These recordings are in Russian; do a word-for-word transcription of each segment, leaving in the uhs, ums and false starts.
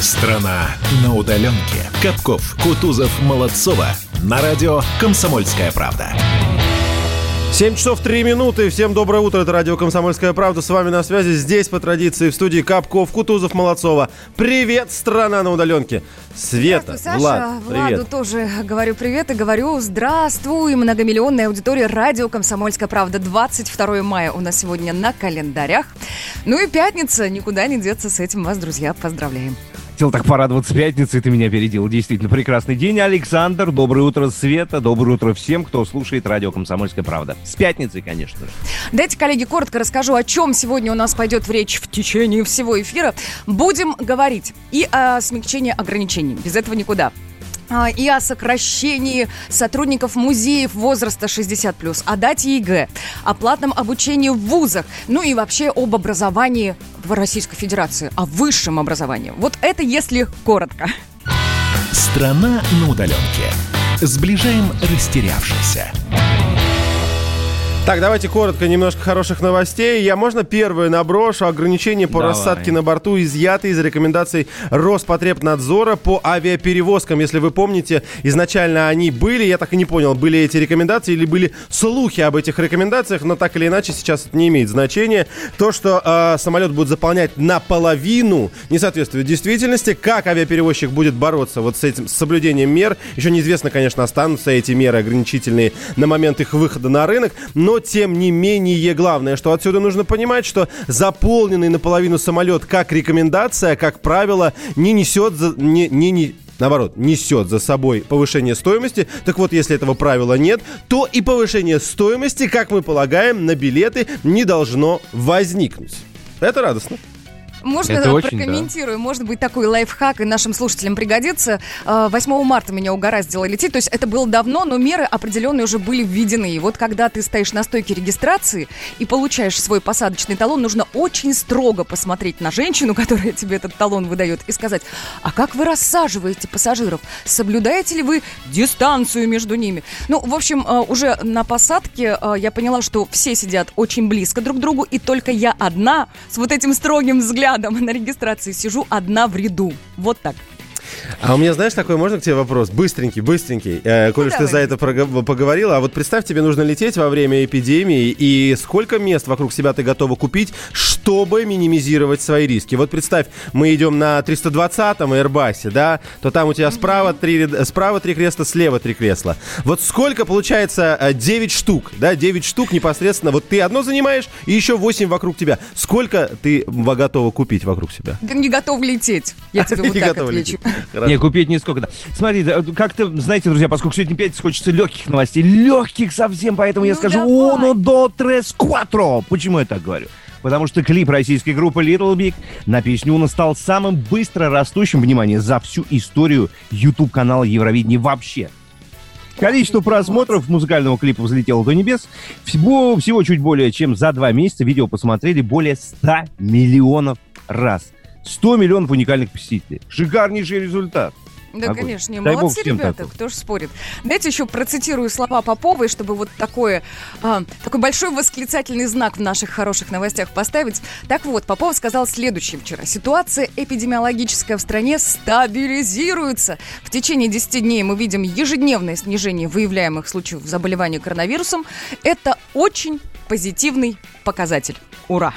Страна на удаленке. Капков, Кутузов, Молодцова. На радио «Комсомольская правда». семь часов три минуты. Всем доброе утро. Это радио «Комсомольская правда». С вами на связи здесь, по традиции, в студии Капков, Кутузов, Молодцова. Привет, страна на удаленке. Света, Саша, Влад, привет. Владу тоже говорю привет и говорю здравствуй. Многомиллионная аудитория радио «Комсомольская правда». двадцать второе мая у нас сегодня на календарях. Ну и пятница. Никуда не деться с этим. Вас, друзья, поздравляем. Хотел так порадоваться пятницей, ты меня опередил. Действительно прекрасный день. Александр, доброе утро, Света. Доброе утро всем, кто слушает радио «Комсомольская правда». С пятницей, конечно же. Дайте, коллеги, коротко расскажу, о чем сегодня у нас пойдет в речь в течение всего эфира. Будем говорить и о смягчении ограничений. Без этого никуда. И о сокращении сотрудников музеев возраста шестьдесят плюс, о дате ЕГЭ, о платном обучении в вузах, ну и вообще об образовании в Российской Федерации, о высшем образовании. Вот это если коротко. Страна на удаленке. Сближаем растерявшихся. Так, давайте коротко немножко хороших новостей. Я, можно, первое наброшу? Ограничения по Давай. рассадке на борту изъяты из рекомендаций Роспотребнадзора по авиаперевозкам. Если вы помните, изначально они были, я так и не понял, были эти рекомендации или были слухи об этих рекомендациях, но так или иначе сейчас это не имеет значения. То, что э, самолет будет заполнять наполовину, не соответствует действительности. Как авиаперевозчик будет бороться вот с этим, с соблюдением мер, еще неизвестно, конечно, останутся эти меры ограничительные на момент их выхода на рынок, но Но, тем не менее, главное, что отсюда нужно понимать, что заполненный наполовину самолет, как рекомендация, как правило, не несет, за, не, не, не, наоборот, несет за собой повышение стоимости. Так вот, если этого правила нет, то и повышение стоимости, как мы полагаем, на билеты не должно возникнуть. Это радостно. Можно Это очень, прокомментирую? Да. Может быть, такой лайфхак и нашим слушателям пригодится. восьмого марта меня угораздило лететь. То есть это было давно, но меры определенные уже были введены. И вот когда ты стоишь на стойке регистрации и получаешь свой посадочный талон, нужно очень строго посмотреть на женщину, которая тебе этот талон выдает, и сказать: а как вы рассаживаете пассажиров? Соблюдаете ли вы дистанцию между ними? Ну, в общем, уже на посадке я поняла, что все сидят очень близко друг к другу, и только я одна с вот этим строгим взглядом на регистрации сижу одна в ряду. Вот так. А у меня, знаешь, такой, можно к тебе вопрос? Быстренький, быстренький. Э, коль уж ты за это прог- поговорила, а вот представь, тебе нужно лететь во время эпидемии, и сколько мест вокруг себя ты готова купить, чтобы минимизировать свои риски? Вот представь, мы идем на триста двадцатом Airbus, да, то там у тебя справа три, справа три кресла, слева три кресла. Вот сколько получается девять штук, да, девять штук непосредственно, вот ты одно занимаешь, и еще восемь вокруг тебя. Сколько ты готова купить вокруг себя? Ты не готов лететь. Я тебе вот так отвечу. Хорошо. Не, купить нисколько, да. Смотри, как-то, знаете, друзья, поскольку сегодня пятница, хочется легких новостей. Легких совсем, поэтому ну, я скажу «Uno, dos, tres, cuatro». Почему я так говорю? Потому что клип российской группы Little Big на песню «Uno» стал самым быстро растущим, внимание, за всю историю YouTube-канала Евровидения вообще. Количество просмотров музыкального клипа взлетело до небес. Всего, всего чуть более чем за два месяца видео посмотрели более ста миллионов раз. сто миллионов уникальных посетителей. Шикарнейший результат. Да, Огонь. конечно. Дай Молодцы, бог, ребята, такого. кто ж спорит. Дайте еще процитирую слова Поповой, чтобы вот такое, а, такой большой восклицательный знак в наших хороших новостях поставить. Так вот, Попов сказал следующее вчера. Ситуация эпидемиологическая в стране стабилизируется. В течение десяти дней мы видим ежедневное снижение выявляемых случаев заболевания коронавирусом. Это очень позитивный показатель. Ура!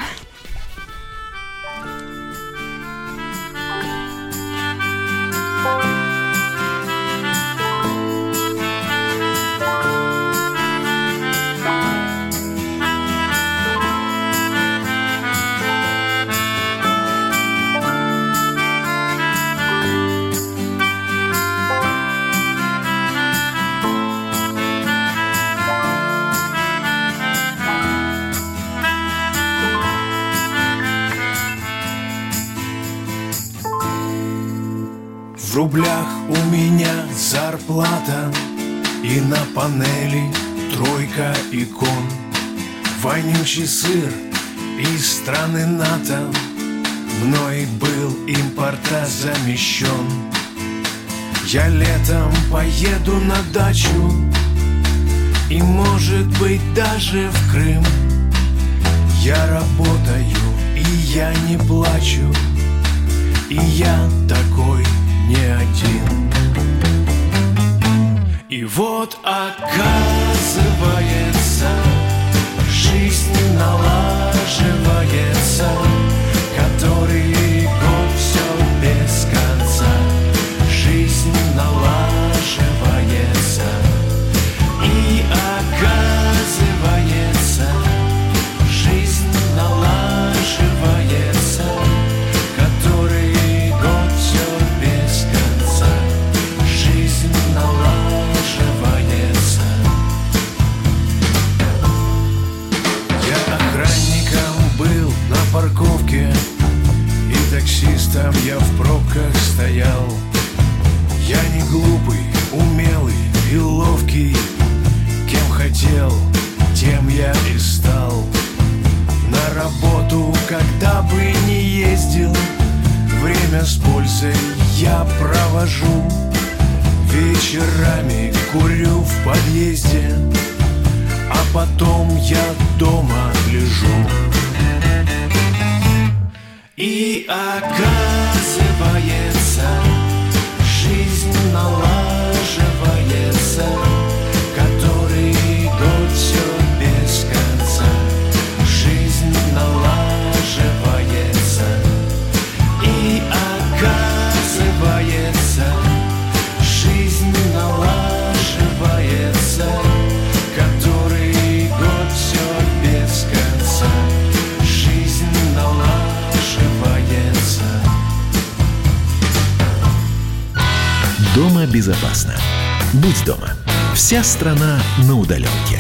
В рублях у меня зарплата, и на панели тройка икон. Вонючий сыр из страны НАТО мной был импортозамещен. Я летом поеду на дачу и, может быть, даже в Крым. Я работаю, и я не плачу. и я такой не один. И вот оказывается, жизнь налаживается, который год все без конца. Жизнь налаживается, и оказывается, жизнь налаживается, который год все без конца. Жизнь налаживается. Я охранником был на парковке, и таксистом я в пробках стоял. Я не глупый, умелый и ловкий, кем хотел, тем я и стал. На работу, когда бы не ездил, время с пользой я провожу. Вечерами курю в подъезде, а потом я дома лежу. И оказывается, жизнь налаживается, который год все без конца. Жизнь налаживается, и оказывается, жизнь налаживается, который год все без конца. Жизнь налаживается. Дома безопасно. Будь дома. Вся страна на удаленке.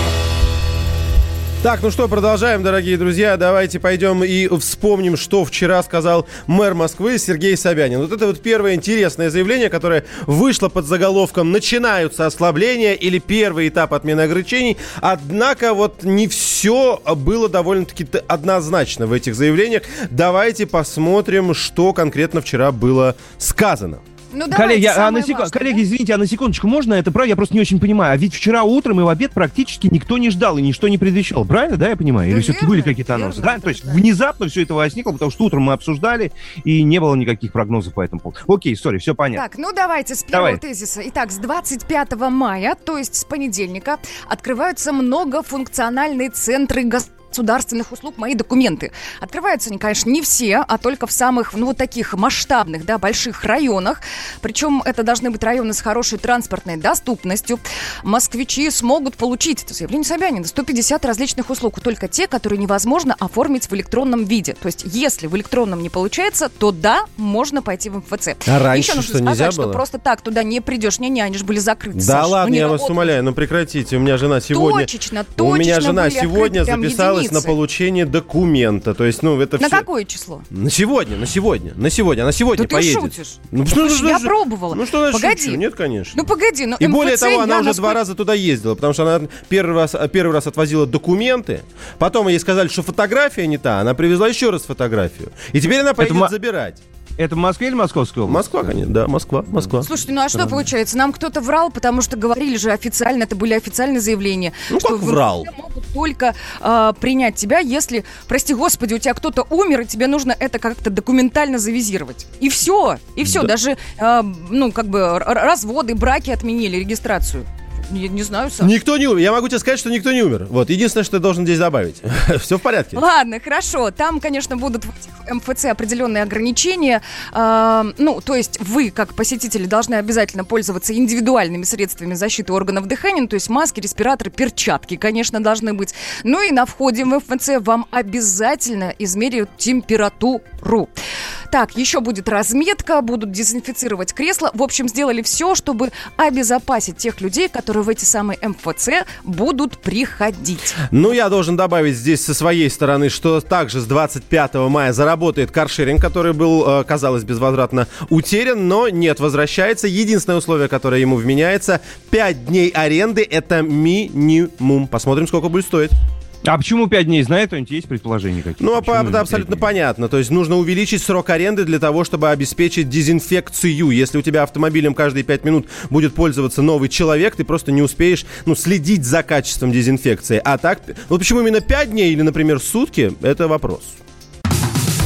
Так, ну что, продолжаем, дорогие друзья. Давайте пойдем и вспомним, что вчера сказал мэр Москвы Сергей Собянин. Вот это вот первое интересное заявление, которое вышло под заголовком «Начинаются ослабления» или «Первый этап отмены ограничений». Однако вот не все было довольно-таки однозначно в этих заявлениях. Давайте посмотрим, что конкретно вчера было сказано. Ну, коллеги, а на сек... важное, коллеги, да? извините, а на секундочку, можно это правда? Я просто не очень понимаю. А ведь вчера утром и в обед практически никто не ждал и ничто не предвещал. Правильно, да, я понимаю? Да, Или все-таки верно, были какие-то анонсы? верно, Да? То есть да. внезапно все это возникло, потому что утром мы обсуждали, и не было никаких прогнозов по этому поводу. Окей, сори, все понятно. Так, ну давайте с первого Давай. тезиса. Итак, с двадцать пятого мая, то есть с понедельника, открываются многофункциональные центры государства. государственных услуг «Мои документы». Открываются они, конечно, не все, а только в самых, ну, вот таких масштабных, да, больших районах. Причем это должны быть районы с хорошей транспортной доступностью. Москвичи смогут получить, это заявление Собянина, сто пятьдесят различных услуг, только те, которые невозможно оформить в электронном виде. То есть, если в электронном не получается, то да, можно пойти в эм эф цэ. А раньше Еще нужно что, сказать, нельзя что было? просто так туда не придешь. Не-не, они же были закрыты. Да Саша. ладно, Ну, не я вас работают. умоляю, ну прекратите. У меня жена сегодня... Точечно, У меня точечно жена были сегодня открыты прям записалась единицы. на получение документа. То есть, ну, это На все... какое число? На сегодня, на сегодня, на сегодня. Она сегодня Да ты поедет. шутишь. Ну, Да что, слушай, ну, я что- пробовала. Ну, что значит Погоди. шучу? Нет, конечно. Ну погоди, ну И более эм эф цэ того, она я уже насколько- два раза туда ездила, потому что она первый раз, первый раз отвозила документы, потом ей сказали, что фотография не та, она привезла еще раз фотографию. И теперь она поедет ма- забирать. Это в Москве или Московская область? Москва, конечно, да, Москва, Москва. Слушайте, ну а что получается? Нам кто-то врал, потому что говорили же официально, это были официальные заявления. Ну, что как в эм эф цэ врал? могут только э, принять тебя, если, прости господи, у тебя кто-то умер, и тебе нужно это как-то документально завизировать. И все, и все. Да. Даже, э, ну, как бы р- разводы, браки отменили, регистрацию. Не, не знаю, Саша. Никто не умер. Я могу тебе сказать, что никто не умер. Вот, единственное, что я должен здесь добавить. Все в порядке. Ладно, хорошо. Там, конечно, будут в этих эм эф цэ определенные ограничения. Э, ну, то есть вы, как посетители, должны обязательно пользоваться индивидуальными средствами защиты органов дыхания, то есть маски, респираторы, перчатки, конечно, должны быть. Ну и на входе в эм эф цэ вам обязательно измеряют температуру. Так, еще будет разметка, будут дезинфицировать кресла. В общем, сделали все, чтобы обезопасить тех людей, которые в эти самые эм эф цэ будут приходить. Ну, я должен добавить здесь со своей стороны, что также с двадцать пятого мая заработает каршеринг, который был, э, казалось, безвозвратно утерян, но нет, возвращается. Единственное условие, которое ему вменяется, пять дней аренды, это минимум. Посмотрим, сколько будет стоить. А почему пять дней? Знает кто-нибудь? Есть предположения какие-то? Ну, а Почему по- именно это пять абсолютно дней? понятно. То есть нужно увеличить срок аренды для того, чтобы обеспечить дезинфекцию. Если у тебя автомобилем каждые пять минут будет пользоваться новый человек, ты просто не успеешь, ну, следить за качеством дезинфекции. А так, вот почему именно пять дней или, например, сутки, это вопрос.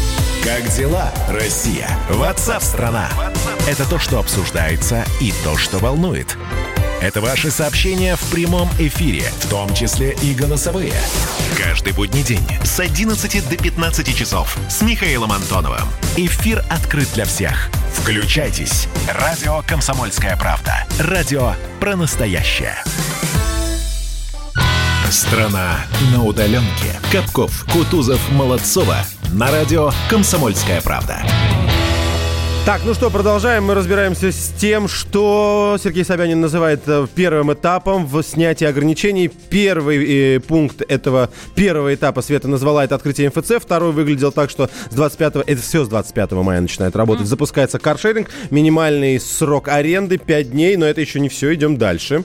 Как дела, Россия? Ватсап-страна! Это то, что обсуждается и то, что волнует. Это ваши сообщения в прямом эфире, в том числе и голосовые. Каждый будний день с одиннадцати до пятнадцати часов с Михаилом Антоновым. Эфир открыт для всех. Включайтесь. Радио «Комсомольская правда». Радио про настоящее. Страна на удаленке. Капков, Кутузов, Молодцова. На радио «Комсомольская правда». Так, ну что, продолжаем. Мы разбираемся с тем, что Сергей Собянин называет первым этапом в снятии ограничений. Первый э, пункт этого первого этапа Света назвала это открытие эм эф цэ. Второй выглядел так, что с двадцать пятого, это все с двадцать пятого мая начинает работать. Mm. Запускается каршеринг. Минимальный срок аренды пять дней, но это еще не все. Идем дальше.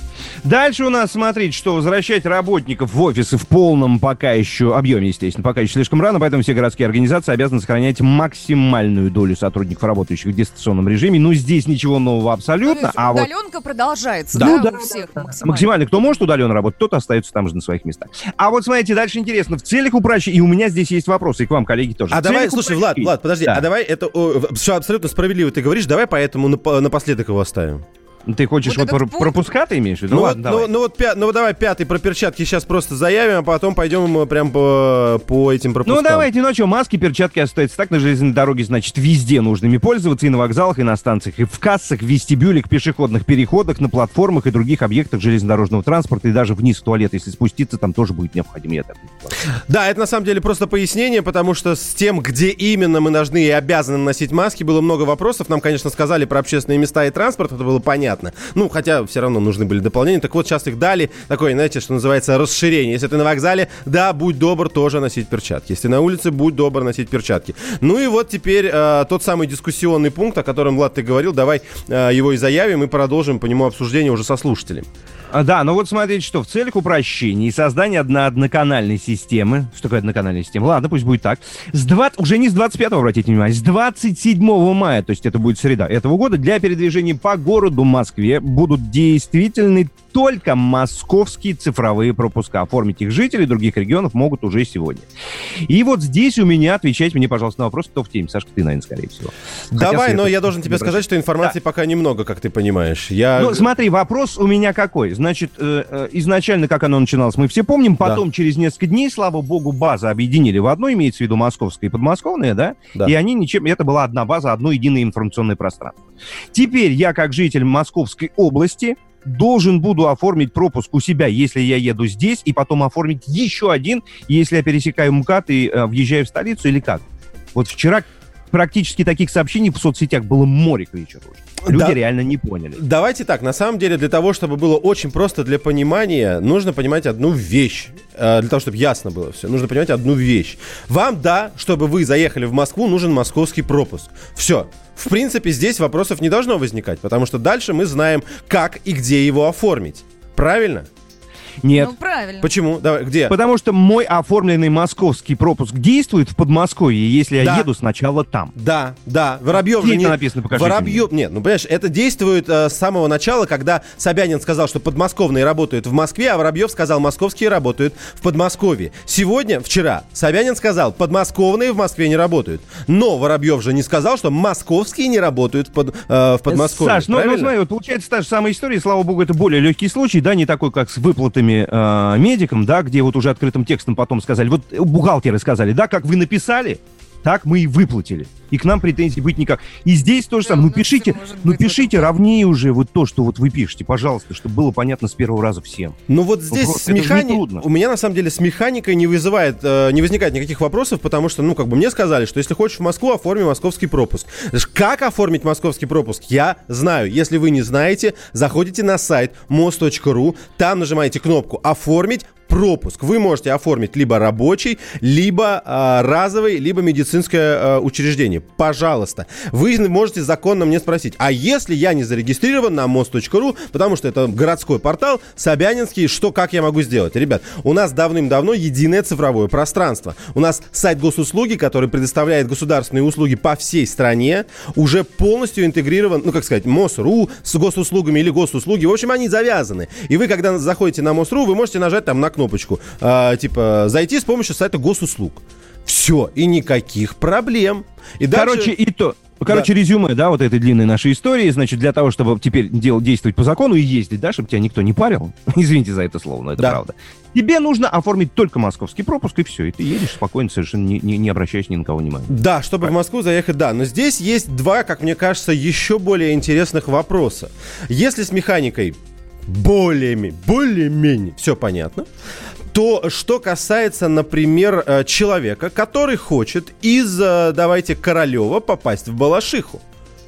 Дальше у нас, смотрите, что возвращать работников в офисы в полном пока еще объеме, естественно, пока еще слишком рано, поэтому все городские организации обязаны сохранять максимальную долю сотрудников, работающих в дистанционном режиме. Ну, здесь ничего нового абсолютно. Ну, а удаленка вот... продолжается, да, да, ну, да, у всех да, максимально. Максимально. Кто может удаленно работать, тот остается там же на своих местах. А вот, смотрите, дальше интересно. В целях упрощения... И у меня здесь есть вопросы, и к вам, коллеги, тоже. А давай, слушай, Влад, Влад, подожди, да. а давай, это о, все абсолютно справедливо ты говоришь, давай поэтому нап- напоследок его оставим. Ты хочешь вот, вот пр- пропуска ты имеешь в виду? Ну, ну, вот, ладно, давай. Ну, ну, вот пя- ну давай пятый про перчатки сейчас просто заявим, а потом пойдем прям по, по этим пропускам. Ну давайте, ну что, маски, перчатки остаются так, на железной дороге, значит, везде нужными пользоваться, и на вокзалах, и на станциях, и в кассах, в вестибюлях, пешеходных переходах, на платформах и других объектах железнодорожного транспорта, и даже вниз в туалет, если спуститься, там тоже будет необходимо. Я так да, это на самом деле просто пояснение, потому что с тем, где именно мы должны и обязаны носить маски, было много вопросов. Нам, конечно, сказали про общественные места и транспорт, это было понятно. Ну, хотя все равно нужны были дополнения. Так вот, сейчас их дали. Такое, знаете, что называется расширение. Если ты на вокзале, да, будь добр тоже носить перчатки. Если на улице, будь добр носить перчатки. Ну и вот теперь э, тот самый дискуссионный пункт, о котором, Влад, ты говорил. Давай э, его и заявим, и продолжим по нему обсуждение уже со слушателем. А, да, ну вот смотрите, что в целях упрощения и создания одно- одноканальной системы, что такое одноканальная система? Ладно, пусть будет так. С двадцать, уже не с двадцать пятого, обратите внимание, с двадцать седьмого мая, то есть это будет среда этого года, для передвижения по городу Москве будут действительны только московские цифровые пропуска. Оформить их жители других регионов могут уже сегодня. И вот здесь у меня, отвечайте мне, пожалуйста, на вопрос, кто в теме. Сашка, ты, наверное, скорее всего. Давай, но я должен тебе сказать, что информации да. пока немного, как ты понимаешь. Я... Ну, смотри, вопрос у меня какой. Значит, э, э, изначально, как оно начиналось, мы все помним. Потом, да. через несколько дней, слава богу, базы объединили в одну, имеется в виду московская и подмосковная, да? да? И они ничем... Это была одна база, одно единое информационное пространство. Теперь я, как житель Московской области, должен буду оформить пропуск у себя, если я еду здесь, и потом оформить еще один, если я пересекаю МКАД и э, въезжаю в столицу, или как? Вот вчера практически таких сообщений в соцсетях было море к вечеру уже. Люди да. реально не поняли. Давайте так, на самом деле, для того, чтобы было очень просто для понимания, нужно понимать одну вещь. Для того, чтобы ясно было все, нужно понимать одну вещь. Вам, да, чтобы вы заехали в Москву, нужен московский пропуск. Все. В принципе, здесь вопросов не должно возникать, потому что дальше мы знаем, как и где его оформить. Правильно? Нет. Ну, правильно. Почему? Давай, где? Потому что мой оформленный московский пропуск действует в Подмосковье, если я да. еду сначала там. Да, да. Воробьев Где же не... это написано? Покажите Воробьев... мне. Нет, ну, понимаешь, это действует э, с самого начала, когда Собянин сказал, что подмосковные работают в Москве, а Воробьев сказал, московские работают в Подмосковье. Сегодня, вчера, Собянин сказал, подмосковные в Москве не работают. Но Воробьев же не сказал, что московские не работают в, под, э, в Подмосковье. Саш, ну, ну смотри, вот получается та же самая история, слава богу, это более легкий случай, да, не такой, как с выплатами э, медикам, да, где вот уже открытым текстом потом сказали, вот бухгалтеры сказали, да, как вы написали, так мы и выплатили. И к нам претензий быть никак. И здесь то же самое. Ну пишите, ну пишите ровнее уже вот то, что вот вы пишете, пожалуйста, чтобы было понятно с первого раза всем. Ну вот здесь ну, с механикой, у меня на самом деле с механикой не вызывает, э, не возникает никаких вопросов, потому что, ну как бы мне сказали, что если хочешь в Москву, оформи московский пропуск. Как оформить московский пропуск, я знаю. Если вы не знаете, заходите на сайт мос точка ру, там нажимаете кнопку «Оформить пропуск». Вы можете оформить либо рабочий, либо э, разовый, либо медицинское э, учреждение. Пожалуйста. Вы можете законно мне спросить, а если я не зарегистрирован на мос точка ру, потому что это городской портал, Собянинский, что, как я могу сделать? Ребят, у нас давным-давно единое цифровое пространство. У нас сайт госуслуги, который предоставляет государственные услуги по всей стране, уже полностью интегрирован, ну, как сказать, мос точка ру с госуслугами или госуслуги. В общем, они завязаны. И вы, когда заходите на мос точка ру, вы можете нажать там на кнопочку, э, типа, зайти с помощью сайта госуслуг. Все, и никаких проблем. И дальше... Короче, и то... Короче, да. резюме, да, вот этой длинной нашей истории, значит, для того, чтобы теперь дел, действовать по закону и ездить, да, чтобы тебя никто не парил, извините за это слово, но это да. правда, тебе нужно оформить только московский пропуск, и все, и ты едешь спокойно, совершенно не, не, не обращаясь ни на кого внимания. Да, чтобы Правильно. в Москву заехать, да, но здесь есть два, как мне кажется, еще более интересных вопроса. Если с механикой более-менее, более-менее все понятно, то что касается, например, человека, который хочет из, давайте, Королева попасть в Балашиху.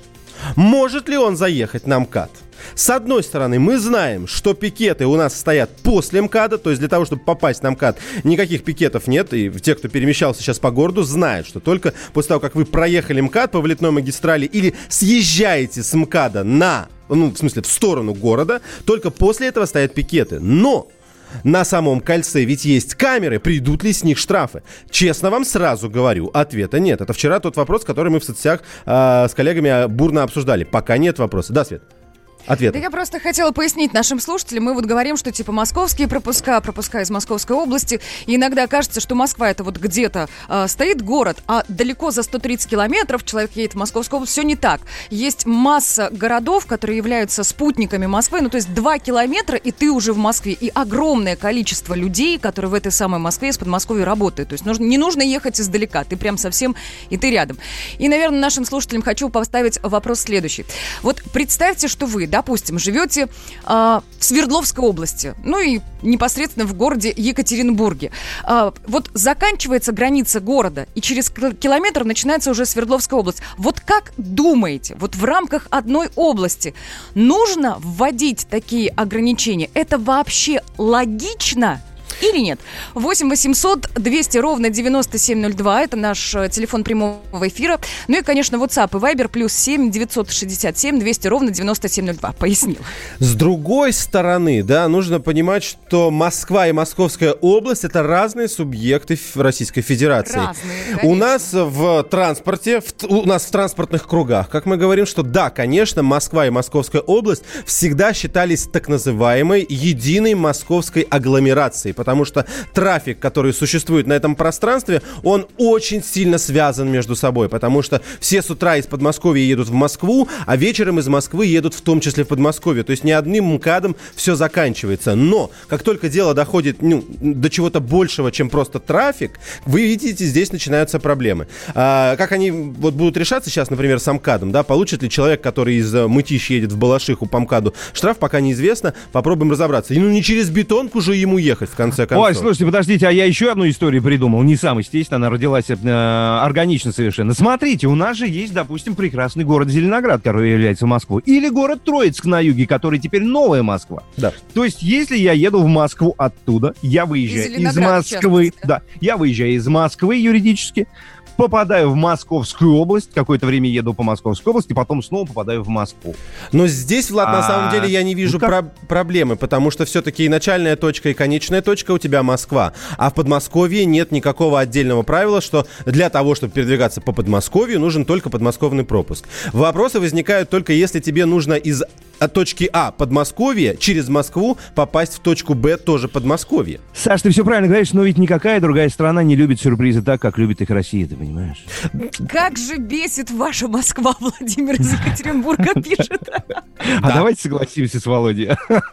Может ли он заехать на МКАД? С одной стороны, мы знаем, что пикеты у нас стоят после МКАДа, то есть для того, чтобы попасть на МКАД, никаких пикетов нет, и те, кто перемещался сейчас по городу, знают, что только после того, как вы проехали МКАД по вылетной магистрали или съезжаете с МКАДа на, ну, в смысле, в сторону города, только после этого стоят пикеты. Но на самом кольце ведь есть камеры, придут ли с них штрафы? Честно вам сразу говорю, ответа нет. Это вчера тот вопрос, который мы в соцсетях э, с коллегами бурно обсуждали. Пока нет вопроса. Да, Свет? Ответ. Да я просто хотела пояснить нашим слушателям. Мы вот говорим, что типа московские пропуска, пропуска из Московской области. И иногда кажется, что Москва это вот где-то э, стоит город, а далеко за сто тридцать километров человек едет в Московскую область. Все не так. Есть масса городов, которые являются спутниками Москвы. Ну, то есть два километра, и ты уже в Москве. И огромное количество людей, которые в этой самой Москве из Подмосковья работают. То есть нужно, не нужно ехать издалека. Ты прям совсем, и ты рядом. И, наверное, нашим слушателям хочу поставить вопрос следующий. Вот представьте, что вы, допустим, живете э, в Свердловской области, ну и непосредственно в городе Екатеринбурге. Э, вот заканчивается граница города, и через километр начинается уже Свердловская область. Вот как думаете, вот в рамках одной области нужно вводить такие ограничения? Это вообще логично? Или нет? восемь восемьсот двести ровно девяносто семь ноль два. Это наш телефон прямого эфира. Ну и, конечно, WhatsApp и Viber плюс семь девятьсот шестьдесят семь двести ровно девяносто семь ноль два. Пояснил. С другой стороны, да, нужно понимать, что Москва и Московская область — это разные субъекты Российской Федерации. Разные, у нас в транспорте, в, у нас в транспортных кругах, как мы говорим, что да, конечно, Москва и Московская область всегда считались так называемой единой московской агломерацией, потому Потому что трафик, который существует на этом пространстве, он очень сильно связан между собой. Потому что все с утра из Подмосковья едут в Москву, а вечером из Москвы едут в том числе в Подмосковье. То есть ни одним МКАДом все заканчивается. Но как только дело доходит ну, до чего-то большего, чем просто трафик, вы видите, здесь начинаются проблемы. А, как они вот будут решаться сейчас, например, с МКАДом? Да? Получит ли человек, который из Мытищ едет в Балашиху по МКАДу штраф, пока неизвестно. Попробуем разобраться. И ну не через бетонку же ему ехать в конце концов. Ой, слушайте, подождите, а я еще одну историю придумал. Не сам, естественно, она родилась э, органично совершенно. Смотрите, у нас же есть, допустим, прекрасный город Зеленоград, который является Москвой. Или город Троицк на юге, который теперь новая Москва. Да. То есть, если я еду в Москву оттуда, я выезжаю из Москвы. Да, я выезжаю из Москвы юридически, попадаю в Московскую область, какое-то время еду по Московской области, потом снова попадаю в Москву. Но здесь, Влад, на самом деле я не вижу ну, про- проблемы, потому что все-таки и начальная точка, и конечная точка у тебя Москва. А в Подмосковье нет никакого отдельного правила, что для того, чтобы передвигаться по Подмосковью, нужен только подмосковный пропуск. Вопросы возникают только если тебе нужно из от точки А Подмосковье через Москву попасть в точку Б тоже Подмосковье. Саш, ты все правильно говоришь, но ведь никакая другая страна не любит сюрпризы так, как любит их Россия, ты понимаешь? Как же бесит ваша Москва, Владимир из Екатеринбурга пишет. А да. Давайте согласимся с Володей.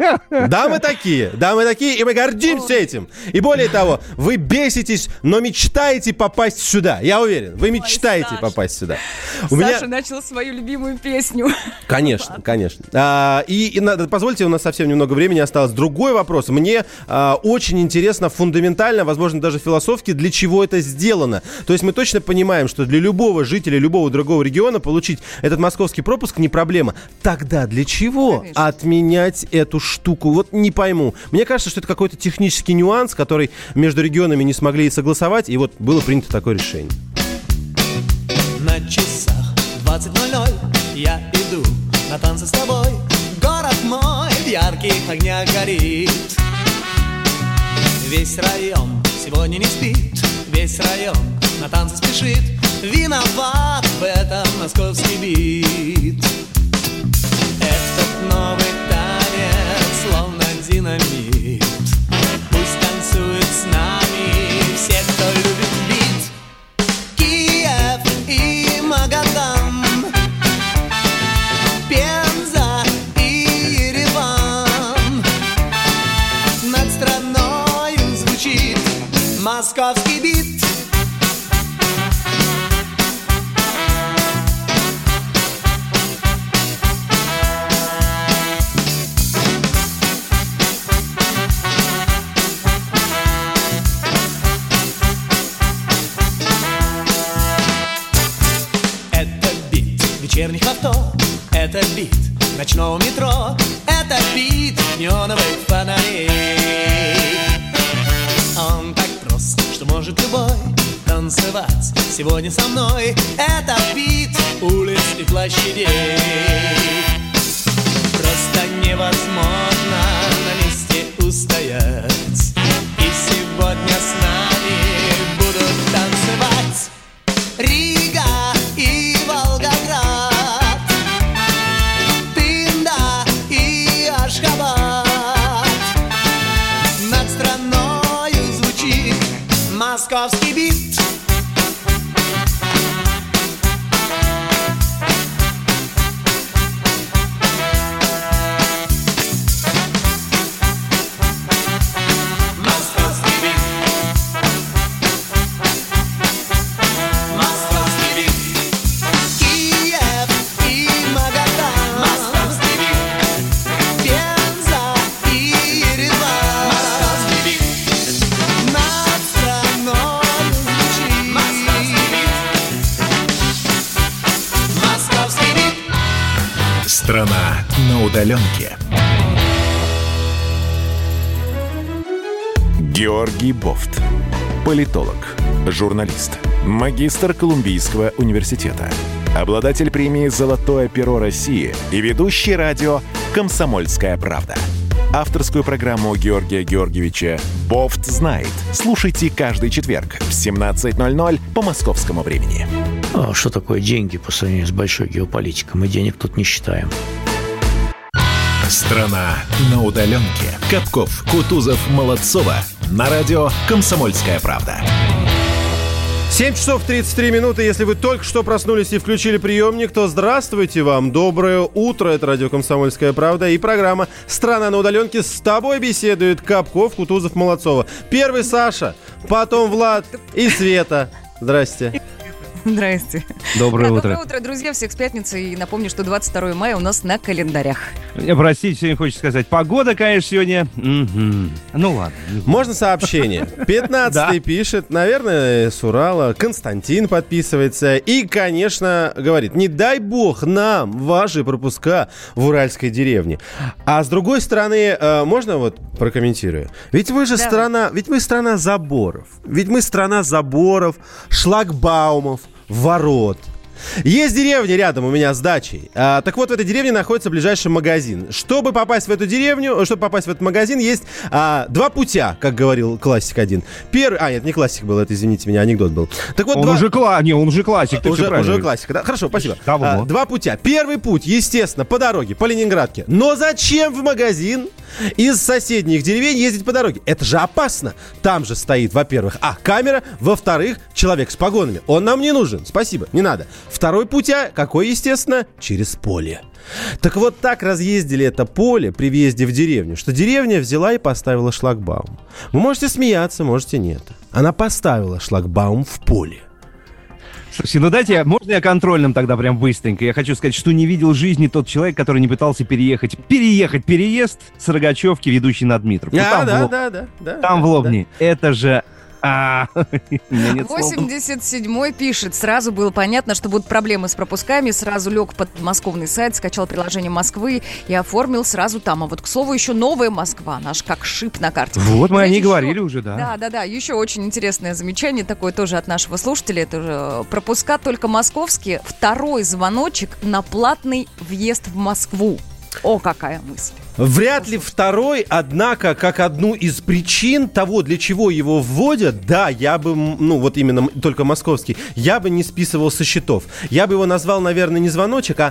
Да, мы такие, да, мы такие, и мы гордимся этим. И более того, вы беситесь, но мечтаете попасть сюда. Я уверен, вы мечтаете Ой, попасть сюда. У Саша меня... начал свою любимую песню. Конечно, Ладно. конечно. А, и, и позвольте, у нас совсем немного времени осталось. Другой вопрос. Мне а, очень интересно, фундаментально, возможно, даже философски, для чего это сделано. То есть мы точно понимаем, что для любого жителя любого другого региона получить этот московский пропуск не проблема. Тогда для чего Конечно. отменять эту штуку? Вот не пойму. Мне кажется, что это какой-то технический нюанс, который между регионами не смогли согласовать, и вот было принято такое решение. На часах двадцать ноль ноль я иду на танцы с тобой. Город мой в ярких огнях горит. Весь район сегодня не спит, весь район на танцы спешит. Виноват в этом московский бит. Этот новый танец словно динамит. Пусть танцует с нами все, кто любит бит. Московский бит. Это бит вечерних авто, это бит ночного метро, это бит неоновых фонарей. Он так прост, что может любой танцевать сегодня со мной. Это бит улиц и площадей. Просто невозможно на месте устоять. И сегодня с нами будут танцевать Рига и Волгоград, Тында и Ашхабад. Над страною звучит московский бит. Страна на удаленке. Георгий Бофт. Политолог, журналист, магистр Колумбийского университета, обладатель премии «Золотое перо России» и ведущий радио «Комсомольская правда». Авторскую программу Георгия Георгиевича «Бофт знает». Слушайте каждый четверг в семнадцать ноль ноль по московскому времени. А что такое деньги по сравнению с большой геополитикой? Мы денег тут не считаем. Страна на удаленке. Капков, Кутузов, Молодцова. На радио «Комсомольская правда». семь часов тридцать три минуты. Если вы только что проснулись и включили приемник, то здравствуйте вам. Доброе утро. Это радио «Комсомольская правда» и программа «Страна на удаленке». С тобой беседует Капков, Кутузов, Молодцова. Первый Саша, потом Влад и Света. Здрасте. Здрасте. Доброе да, утро. Доброе утро, друзья. Всех с пятницей. И напомню, что двадцать второе мая у нас на календарях. Мне, простите, сегодня хочется сказать. Погода, конечно, сегодня... Угу. Ну ладно. Можно сообщение? пятнадцатый пишет, наверное, с Урала. Константин подписывается. И, конечно, говорит, не дай бог нам ваши пропуска в уральской деревне. А с другой стороны, можно вот прокомментирую? Ведь вы же Давай. страна, ведь мы страна заборов. Ведь мы страна заборов, шлагбаумов, ворот. Есть деревня рядом у меня с дачей. А, так вот, в этой деревне находится ближайший магазин. Чтобы попасть в эту деревню, чтобы попасть в этот магазин, есть а, два путя, как говорил классик один. Первый... А, нет, не классик был, это, извините меня, анекдот был. Так вот, он, два... уже кла... не, он уже классик. Ты уже, уже классика, да? Хорошо, спасибо. А, два путя. Первый путь, естественно, по дороге, по Ленинградке. Но зачем в магазин из соседних деревень ездить по дороге? Это же опасно. Там же стоит, во-первых, а, камера, во-вторых, человек с погонами. Он нам не нужен. Спасибо, не надо. Второй путя, какой, естественно, через поле. Так вот так разъездили это поле при въезде в деревню, что деревня взяла и поставила шлагбаум. Вы можете смеяться, можете нет. Она поставила шлагбаум в поле. Слушайте, ну дайте, можно я контрольным тогда прям быстренько? Я хочу сказать, что не видел жизни тот человек, который не пытался переехать. Переехать переезд с Рогачевки, ведущий на Дмитров. Ну, а, там да, в Лоб... да, да, да. Там да, в Лобни. Да. Это же... А, восемьдесят седьмой пишет. Сразу было понятно, что будут проблемы с пропусками. Сразу лег под подмосковный сайт, скачал приложение Москвы и оформил сразу там. А вот, к слову, еще новая Москва. Наш как шип на карте. Вот мы Знаете, о ней еще... говорили уже, да. Да, да, да. Еще очень интересное замечание, такое тоже от нашего слушателя. Это же пропуска только московские. Второй звоночек на платный въезд в Москву. О, какая мысль. Вряд ли второй, однако, как одну из причин того, для чего его вводят, да, я бы, ну, вот именно только московский, я бы не списывал со счетов. Я бы его назвал, наверное, не звоночек, а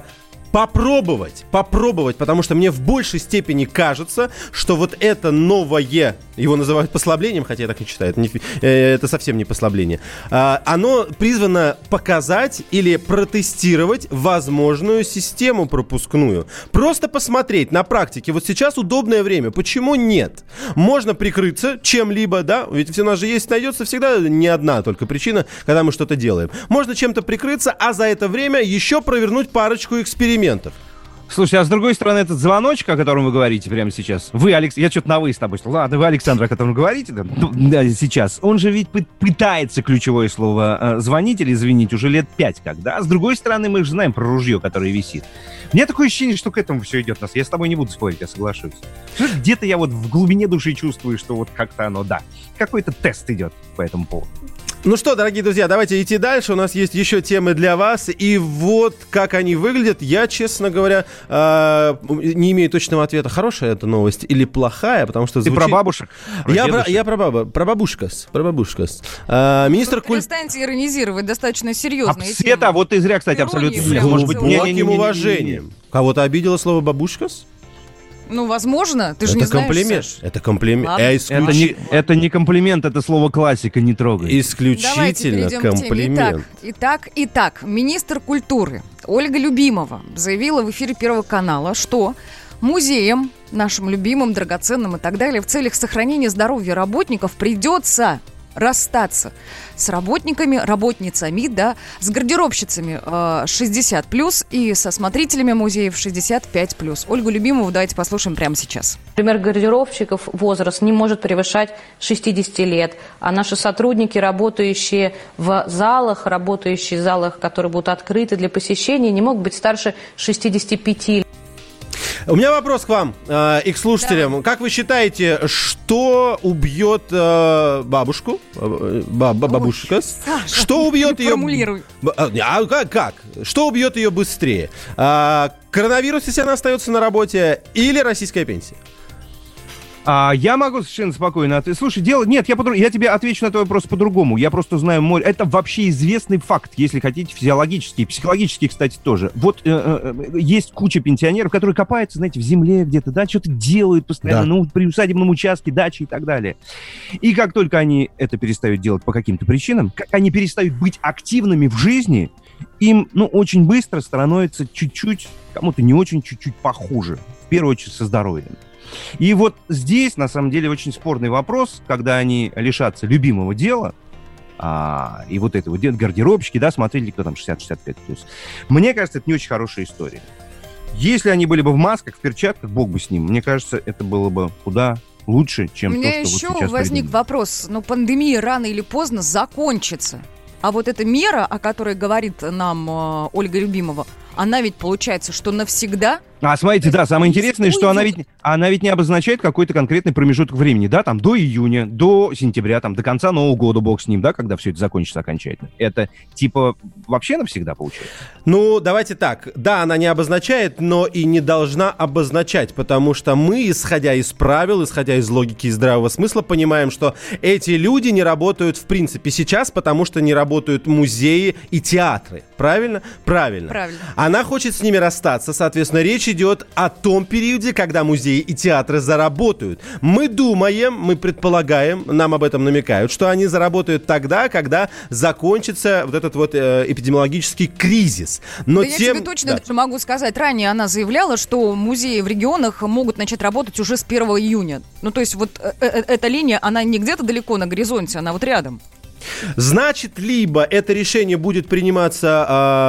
попробовать, попробовать, потому что мне в большей степени кажется, что вот это новое, его называют послаблением, хотя я так не считаю, это, не, это совсем не послабление, а, оно призвано показать или протестировать возможную систему пропускную. Просто посмотреть на практике. Вот сейчас удобное время. Почему нет? Можно прикрыться чем-либо, да? Ведь у нас же есть, найдется всегда не одна только причина, когда мы что-то делаем. Можно чем-то прикрыться, а за это время еще провернуть парочку экспериментов. Слушайте, а с другой стороны, этот звоночек, о котором вы говорите прямо сейчас, вы, Алекс, я что-то на вы с тобой, ладно, вы, Александр, о котором говорите да, да, сейчас, он же ведь пытается ключевое слово э, звонить или звонить уже лет пять как, да? А с другой стороны, мы же знаем про ружье, которое висит. Мне такое ощущение, что к этому все идет. Я с тобой не буду спорить, я соглашусь. Где-то я вот в глубине души чувствую, что вот как-то оно, да, какой-то тест идет по этому поводу. Ну что, дорогие друзья, давайте идти дальше. У нас есть еще темы для вас. И вот как они выглядят. Я, честно говоря, э, не имею точного ответа, хорошая эта новость или плохая, потому что звучит... Ты про бабушек? Про я, про, я про, баба, про бабушкас. Про бабушкас. Э, министр культуры... Перестаньте иронизировать, достаточно серьезные а Света, вот ты зря, кстати, абсолютно... С глубоким уважением. Кого-то обидело слово бабушкас? Ну, возможно, ты же это не знаешь, комплимент. Саш. Это комплимент. Это, исключ... это, не, это не комплимент, это слово классика, не трогай. Исключительно комплимент. Итак, итак, итак, министр культуры Ольга Любимова заявила в эфире Первого канала, что музеям, нашим любимым, драгоценным и так далее, в целях сохранения здоровья работников придется расстаться с работниками, работницами, да, с гардеробщицами э, шестьдесят плюс и со смотрителями музеев шестьдесят пять плюс. Ольгу Любимову давайте послушаем прямо сейчас. Например, гардеробщиков возраст не может превышать шестьдесят лет, а наши сотрудники, работающие в залах, работающие в залах, которые будут открыты для посещения, не могут быть старше шестидесяти пяти лет. У меня вопрос к вам э, и к слушателям. Да. Как вы считаете, что убьет э, бабушку, э, баб, бабушка? Саша, что убьет ее? Формулируй. А как? как? Что убьет ее быстрее? А, коронавирус, если она остается на работе, или российская пенсия? А, я могу совершенно спокойно... От... Слушай, дело... Нет, я, по... я тебе отвечу на твой вопрос по-другому. Я просто знаю море. Это вообще известный факт, если хотите, физиологический, психологический, кстати, тоже. Вот э, э, есть куча пенсионеров, которые копаются, знаете, в земле где-то, да, что-то делают постоянно, да. Ну, при усадебном участке, даче и так далее. И как только они это перестают делать по каким-то причинам, как они перестают быть активными в жизни, им, ну, очень быстро становится чуть-чуть, кому-то не очень, чуть-чуть похуже. В первую очередь со здоровьем. И вот здесь, на самом деле, очень спорный вопрос, когда они лишатся любимого дела, а, и вот этого гардеробщики, да, смотрели, кто там шестьдесят шестьдесят пять плюс. Мне кажется, это не очень хорошая история. Если они были бы в масках, в перчатках, бог бы с ним, мне кажется, это было бы куда лучше, чем то, что вот сейчас. У меня еще возник придумали. Вопрос, ну, пандемия рано или поздно закончится. А вот эта мера, о которой говорит нам э, Ольга Любимова, она ведь получается, что навсегда... А, смотрите, да, самое интересное, что она ведь, она ведь не обозначает какой-то конкретный промежуток времени, да, там, до июня, до сентября, там, до конца Нового года, бог с ним, да, когда все это закончится окончательно. Это, типа, вообще навсегда получается? Ну, давайте так. Да, она не обозначает, но и не должна обозначать, потому что мы, исходя из правил, исходя из логики и здравого смысла, понимаем, что эти люди не работают, в принципе, сейчас, потому что не работают музеи и театры. Правильно? Правильно. Правильно. Она хочет с ними расстаться, соответственно, речь идет о том периоде, когда музеи и театры заработают. Мы думаем, мы предполагаем, нам об этом намекают, что они заработают тогда, когда закончится вот этот вот э, эпидемиологический кризис. Но да тем... я тебе точно да. даже могу сказать, ранее она заявляла, что музеи в регионах могут начать работать уже с первого июня. Ну, то есть вот э- э- эта линия, она не где-то далеко на горизонте, она вот рядом. Значит, либо это решение будет приниматься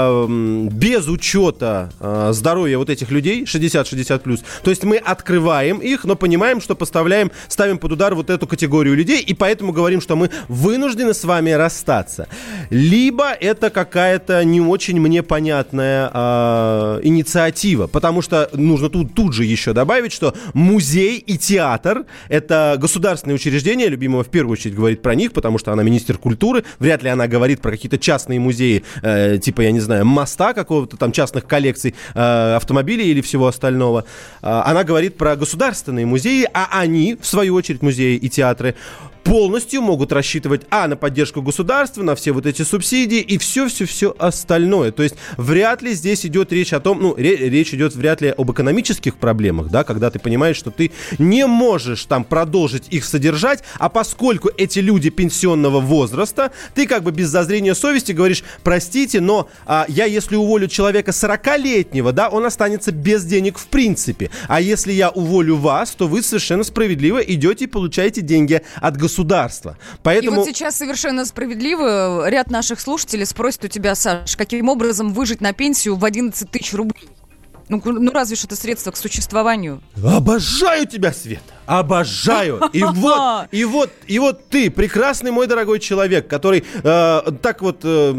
э, без учета э, здоровья вот этих людей, шестьдесят шестьдесят плюс. То есть мы открываем их, но понимаем, что поставляем, ставим под удар вот эту категорию людей, и поэтому говорим, что мы вынуждены с вами расстаться. Либо это какая-то не очень мне понятная э, инициатива, потому что нужно тут, тут же еще добавить, что музей и театр — это государственные учреждения, Любимова в первую очередь говорит про них, потому что она министр культуры, вряд ли она говорит про какие-то частные музеи, э, типа, я не знаю, моста какого-то там, частных коллекций э, автомобилей или всего остального. Э, она говорит про государственные музеи, а они, в свою очередь, музеи и театры, полностью могут рассчитывать, а, на поддержку государства, на все вот эти субсидии и все-все-все остальное. То есть вряд ли здесь идет речь о том, ну, ре- речь идет вряд ли об экономических проблемах, да, когда ты понимаешь, что ты не можешь там продолжить их содержать, а поскольку эти люди пенсионного возраста, ты как бы без зазрения совести говоришь: простите, но а, я если уволю человека сорокалетнего, да, он останется без денег в принципе. А если я уволю вас, то вы совершенно справедливо идете и получаете деньги от государства. Поэтому... И вот сейчас совершенно справедливо ряд наших слушателей спросит у тебя, Саш, каким образом выжить на пенсию в одиннадцать тысяч рублей? Ну, ну, разве что это средство к существованию. Обожаю тебя, Света! Обожаю! И вот, и вот, и вот ты, прекрасный мой дорогой человек, который э, так вот, э,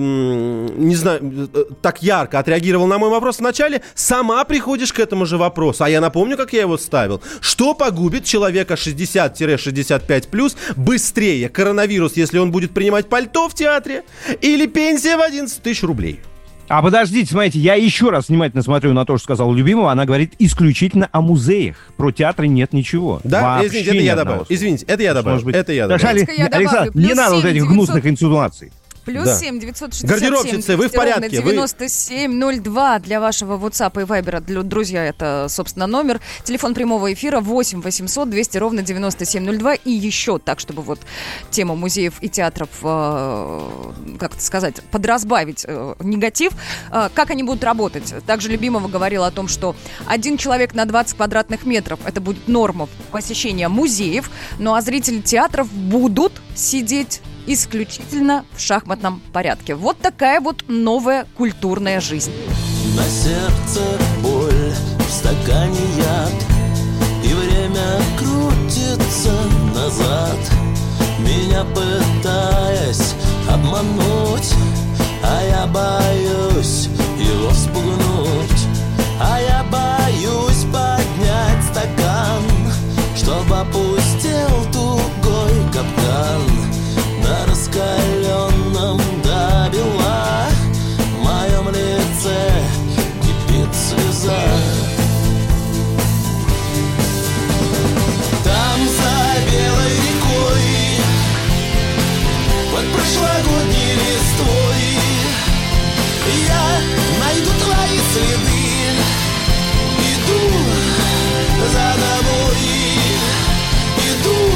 не знаю, э, так ярко отреагировал на мой вопрос в начале, сама приходишь к этому же вопросу. А я напомню, как я его ставил. Что погубит человека шестьдесят шестьдесят пять плюс быстрее? Коронавирус, если он будет принимать пальто в театре, или пенсия в одиннадцать тысяч рублей? А подождите, смотрите, я еще раз внимательно смотрю на то, что сказала любимого. Она говорит исключительно о музеях. Про театры нет ничего. Да, вообще. Извините, это я добавил. Извините, это я добавил. Быть... Это я добавил. Александр, Александр не надо вот этих гнусных инсинуаций. Плюс да. семь девятьсот шестьдесят семь Гардеробщицы, вы в порядке? девяносто семь ноль два для вашего WhatsApp и Viber. Для, друзья, это, собственно, номер. Телефон прямого эфира восемь восемьсот двести ровно девяносто семь ноль два. И еще так, чтобы вот тему музеев и театров, э, как это сказать, подразбавить э, негатив. Э, как они будут работать? Также Любимова говорила о том, что один человек на двадцать квадратных метров это будет норма посещения музеев. Ну а зрители театров будут сидеть исключительно в шахматном порядке. Вот такая вот новая культурная жизнь. На сердце боль, в стакане яд, и время крутится назад, меня пытаясь обмануть, а я боюсь его вспугнуть, а я боюсь поднять стакан, чтобы опустил тугой капкан. На раскаленном до бела в моем лице кипит слеза. Там за белой рекой под прошлогодней листвой я найду твои следы, иду за тобой, иду.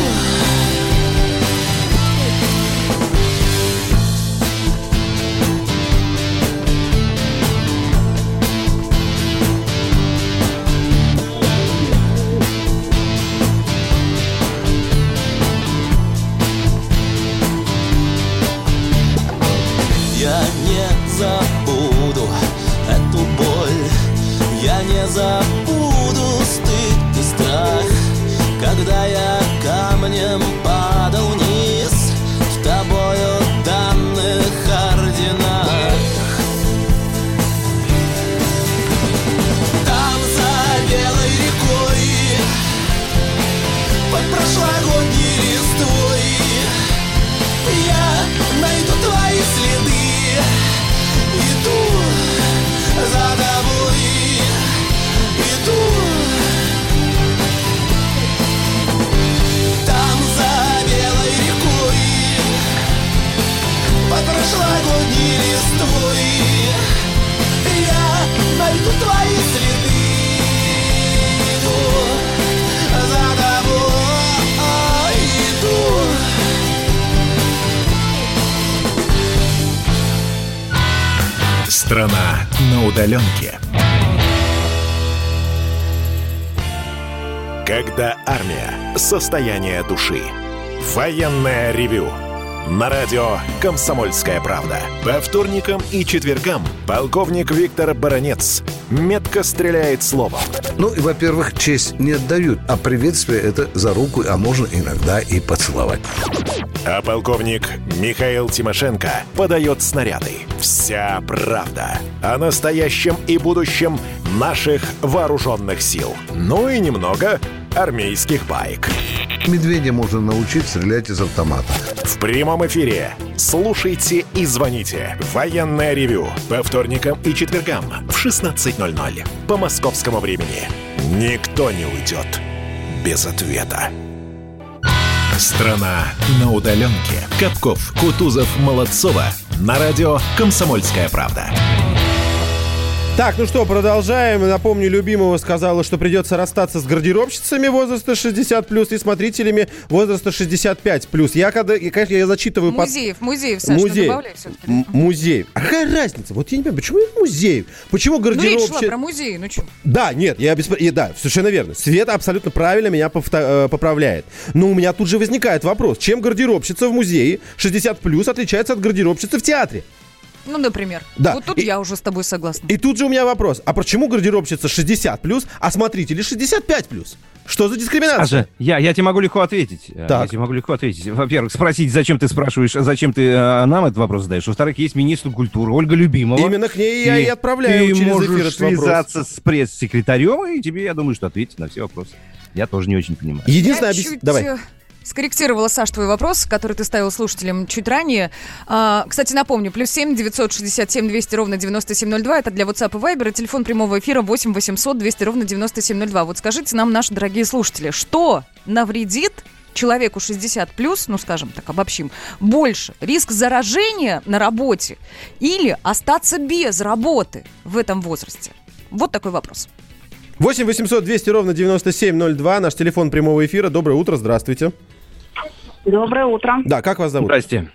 Я не забуду эту боль, я не забуду стыд и страх, когда я камнем падал вниз в тобою данных координат. Там за белой рекой под прошлогодней листвой я найду твои следы, иду за тобой, иду. Там за белой рекой под прошлогодней листвой я найду твои следы, иду за тобой, иду. Страна на удаленке. Когда армия. Состояние души. Военное ревю. На радио «Комсомольская правда». По вторникам и четвергам полковник Виктор Баранец метко стреляет словом. Ну, и, во-первых, честь не отдают, а приветствие — это за руку, а можно иногда и поцеловать. А полковник Михаил Тимошенко подает снаряды. Вся правда о настоящем и будущем наших вооруженных сил. Ну и немного армейских баек. Медведя можно научить стрелять из автомата. В прямом эфире слушайте и звоните. Военное ревю по вторникам и четвергам в шестнадцать ноль ноль по московскому времени. Никто не уйдет без ответа. Страна на удаленке. Капков, Кутузов, Молодцова. На радио «Комсомольская правда». Так, ну что, продолжаем. Напомню, Любимова сказала, что придется расстаться с гардеробщицами возраста шестьдесят плюс и смотрителями возраста шестьдесят пять плюс. Я когда, конечно, я зачитываю... Музеев, под... музеев, Саша, музей. добавляй все-таки. М- музей. А какая разница? Вот я не понимаю, почему музей? Почему гардеробщицы... Ну, речь шла про музей, ну что? Да, нет, я без... я, да, совершенно верно. Света абсолютно правильно меня повта... поправляет. Но у меня тут же возникает вопрос. Чем гардеробщица в музее шестьдесят плюс отличается от гардеробщицы в театре? Ну, например. Да. Вот тут и, я уже с тобой согласна. И тут же у меня вопрос. А почему гардеробщица шестьдесят плюс, а смотрители шестьдесят пять плюс? Что за дискриминация? Саша, я, я тебе могу легко ответить. Так. Я тебе могу легко ответить. Во-первых, спросить, зачем ты спрашиваешь, зачем ты а, нам этот вопрос задаешь. Во-вторых, есть министр культуры Ольга Любимова. Именно к ней я и отправляю ты через можешь эфир этот вопрос. связаться с пресс-секретарем, и тебе, я думаю, что ответить на все вопросы. Я тоже не очень понимаю. Единственное, Я объяс... чуть, Давай. э, скорректировала, Саш, твой вопрос, который ты ставил слушателям чуть ранее. А, кстати, напомню, плюс семь девятьсот шестьдесят семь двести ровно девяносто семь ноль два. Это для WhatsApp и Viber. И телефон прямого эфира восемь восемьсот двести ровно девяносто семь ноль два. Вот скажите нам, наши дорогие слушатели, что навредит человеку шестьдесят плюс, ну, скажем так, обобщим, больше? Риск заражения на работе или остаться без работы в этом возрасте? Вот такой вопрос. восемь восемьсот двести ровно девяносто семь ноль два. Наш телефон прямого эфира. Доброе утро, здравствуйте. Доброе утро. Да, как вас зовут? Здрасте.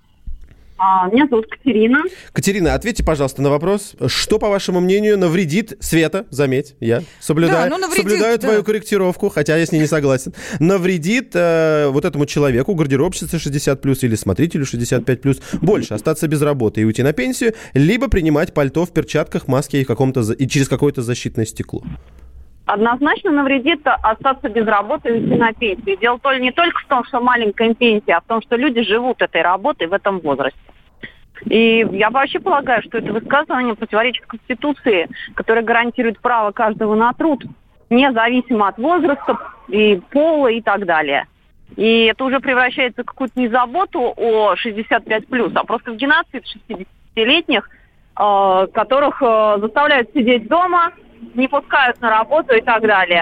А, меня зовут Катерина. Катерина, ответьте, пожалуйста, на вопрос. Что, по вашему мнению, навредит Света, заметь, я соблюдаю, Да, ну, навредит, соблюдаю да. твою корректировку, хотя я с ней не согласен. Навредит э, вот этому человеку, гардеробщице шестьдесят плюс или смотрителю шестьдесят пять плюс, больше остаться без работы и уйти на пенсию, либо принимать пальто в перчатках, маске и, в каком-то, за- и через какое-то защитное стекло. Однозначно навредит остаться без работы и уйти на пенсию. Дело то- не только в том, что маленькая пенсия, а в том, что люди живут этой работой в этом возрасте. И я вообще полагаю, что это высказывание противоречит Конституции, которая гарантирует право каждого на труд, независимо от возраста и пола и так далее. И это уже превращается в какую-то не заботу о шестьдесят пять плюс, а просто в геноцид шестидесятилетних, э, которых э, заставляют сидеть дома, не пускают на работу и так далее.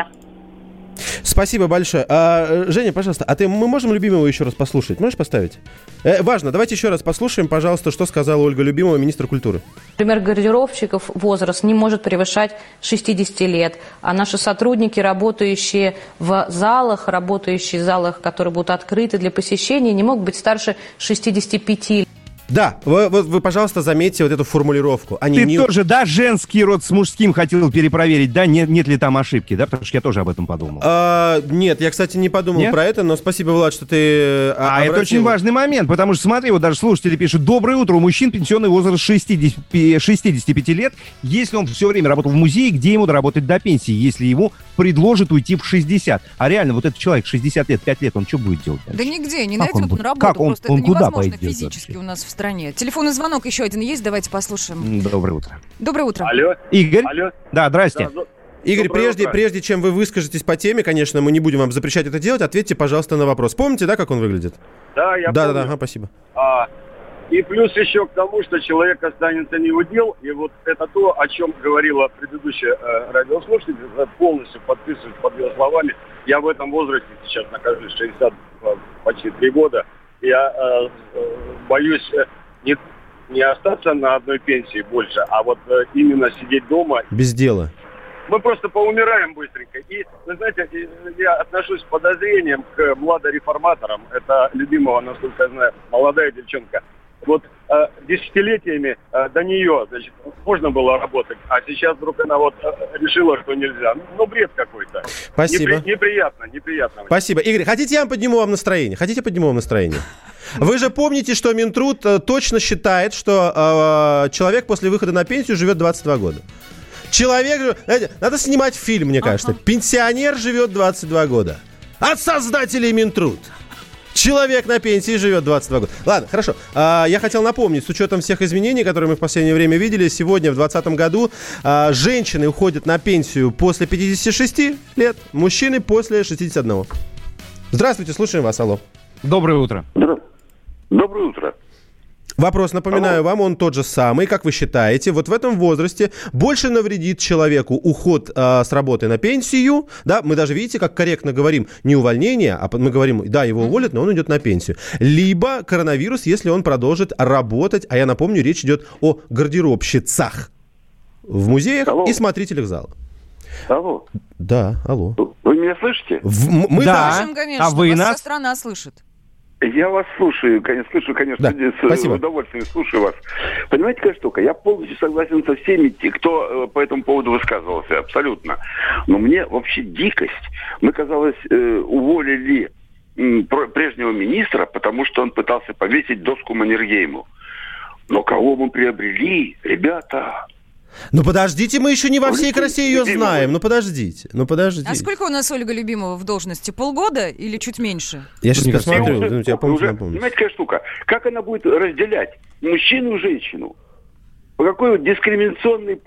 Спасибо большое. А, Женя, пожалуйста, а ты, мы можем Любимова еще раз послушать? Можешь поставить? Э, важно, давайте еще раз послушаем, пожалуйста, что сказала Ольга Любимова, министр культуры. Например, гардеробщиков возраст не может превышать шестьдесят лет, а наши сотрудники, работающие в залах, работающие в залах, которые будут открыты для посещения, не могут быть старше шестидесяти пяти лет. Да, вы, вы, вы, пожалуйста, заметьте вот эту формулировку. Они Ты не... тоже, да, женский род с мужским хотел перепроверить, да, нет, нет ли там ошибки, да, потому что я тоже об этом подумал. А, нет, я, кстати, не подумал Нет? про это, но спасибо, Влад, что ты э, А обратил. это очень важный момент, потому что, смотри, вот даже слушатели пишут: доброе утро, у мужчин пенсионный возраст шестьдесят, шестьдесят пять лет, если он все время работал в музее, где ему доработать до пенсии, если ему предложат уйти в шестьдесят. А реально, вот этот человек шестьдесят лет, пять лет, он что будет делать дальше? Да нигде, не Как найдет он он, будет- работу, как он- просто он это куда невозможно пойдет физически вообще? у нас в стране. Телефонный звонок еще один есть, давайте послушаем. Доброе утро. Доброе утро. Алло. Игорь? Алло. Да, здрасте. Да, Игорь, Доброе прежде, утро. прежде чем вы выскажетесь по теме, конечно, мы не будем вам запрещать это делать, ответьте, пожалуйста, на вопрос. Помните, да, как он выглядит? Да, я Да, помню. да, да, ага, спасибо. А, и плюс еще к тому, что человек останется неудел, и вот это то, о чем говорила предыдущая э, радиослушатель, э, полностью подписываюсь под ее словами. Я в этом возрасте сейчас нахожусь, шестьдесят, э, почти три года. Я э, э, боюсь э, не, не остаться на одной пенсии больше, а вот э, именно сидеть дома. Без дела. Мы просто поумираем быстренько. И, вы знаете, я отношусь с подозрением к младореформаторам. Это Любимова, насколько я знаю, молодая девчонка. Вот э, десятилетиями э, до нее, значит, можно было работать, а сейчас вдруг она вот э, решила, что нельзя. Ну, бред какой-то. Спасибо. Непри- неприятно, неприятно. Спасибо. Игорь, хотите, я подниму вам настроение? Хотите, подниму вам настроение? Вы же помните, что Минтруд э, точно считает, что э, человек после выхода на пенсию живет двадцать два года. Человек, же- знаете, надо снимать фильм, мне кажется. Пенсионер живет двадцать два года. От создателей Минтруд. Человек на пенсии живет двадцать два года. Ладно, хорошо. А, я хотел напомнить, с учетом всех изменений, которые мы в последнее время видели, сегодня, в двадцатом году, а, женщины уходят на пенсию после пятидесяти шести лет, мужчины после шестидесяти одного. Здравствуйте, слушаем вас, алло. Доброе утро. Доброе утро. Вопрос, напоминаю вам, он тот же самый. Как вы считаете, вот в этом возрасте больше навредит человеку уход э, с работы на пенсию? Да, мы даже, видите, как корректно говорим, не увольнение, а мы говорим, да, его уволят, но он идет на пенсию. Либо коронавирус, если он продолжит работать, а я напомню, речь идет о гардеробщицах в музеях алло. И смотрителях зала. Алло. Да, алло. Вы меня слышите? В, мы да. Слышим, конечно, а вы вас нас? вся страна слышит. Я вас слушаю, конечно, слышу, конечно, да, с спасибо. Удовольствием слушаю вас. Понимаете, какая штука? Я полностью согласен со всеми, кто по этому поводу высказывался, абсолютно. Но мне вообще дикость. Мы, казалось, уволили прежнего министра, потому что он пытался повесить доску Маннергейму. Но кого мы приобрели, ребята... Ну подождите, мы еще не во всей красе ее знаем. Ну подождите, ну подождите. А сколько у нас Ольга Любимова в должности? Полгода или чуть меньше? Я сейчас посмотрю. Уже, ну, я помню, уже, понимаете, какая штука? Как она будет разделять мужчину и женщину? По какой вот дискриминационной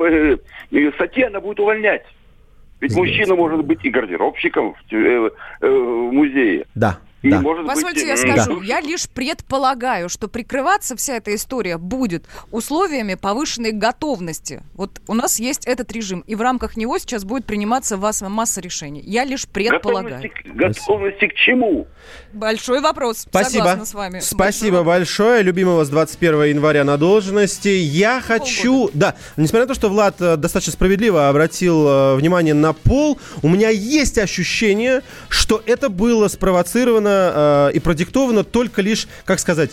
э, статье она будет увольнять? Ведь Знаете. Мужчина может быть и гардеробщиком в, э, э, в музее. Да. И да. может Позвольте, быть, я скажу, да. я лишь предполагаю, что прикрываться вся эта история будет условиями повышенной готовности. Вот у нас есть этот режим, и в рамках него сейчас будет приниматься масса решений. Я лишь предполагаю. Готовности, готовности к чему? Большой вопрос. Спасибо. Согласна с вами. Спасибо Большой большое. Любимого с двадцать первого января на должности. Я хочу... Полгода. Да, несмотря на то, что Влад достаточно справедливо обратил э, внимание на пол, у меня есть ощущение, что это было спровоцировано и продиктовано только лишь, как сказать,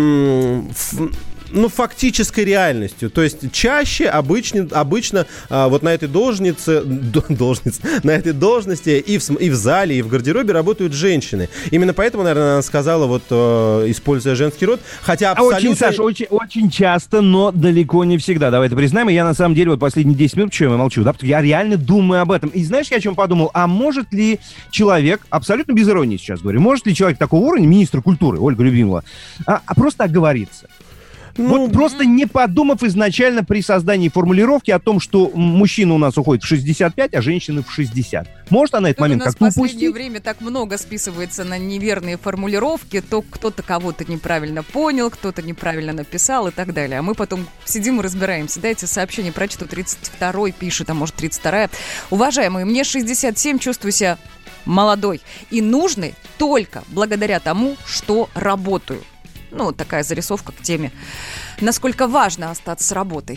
м- ф- ну, фактической реальностью. То есть чаще обычно, обычно а, вот на этой должнице, должнице, на этой должности и в, и в зале, и в гардеробе работают женщины. Именно поэтому, наверное, она сказала, вот, э, используя женский род, хотя абсолютно... Очень, Саша, очень, очень часто, но далеко не всегда. Давай это признаем. И я, на самом деле, вот последние десять минут, почему я молчу, да, потому что я реально думаю об этом. И знаешь, я о чем подумал? А может ли человек, абсолютно без иронии сейчас говорю, может ли человек такого уровня, министр культуры, Ольга Любимова, а, а просто оговориться? Ну, вот просто не подумав изначально при создании формулировки о том, что мужчина у нас уходит в шестьдесят пять, а женщины в шестьдесят. Может она этот Тут момент как-то упустить? У нас в последнее время так много списывается на неверные формулировки, то кто-то кого-то неправильно понял, кто-то неправильно написал и так далее. А мы потом сидим и разбираемся. Дайте сообщение прочту. тридцать второй пишет, а может тридцать вторая. Уважаемые, мне шестьдесят семь, чувствую себя молодой и нужной только благодаря тому, что работаю. Ну, вот такая зарисовка к теме. Насколько важно остаться с работой.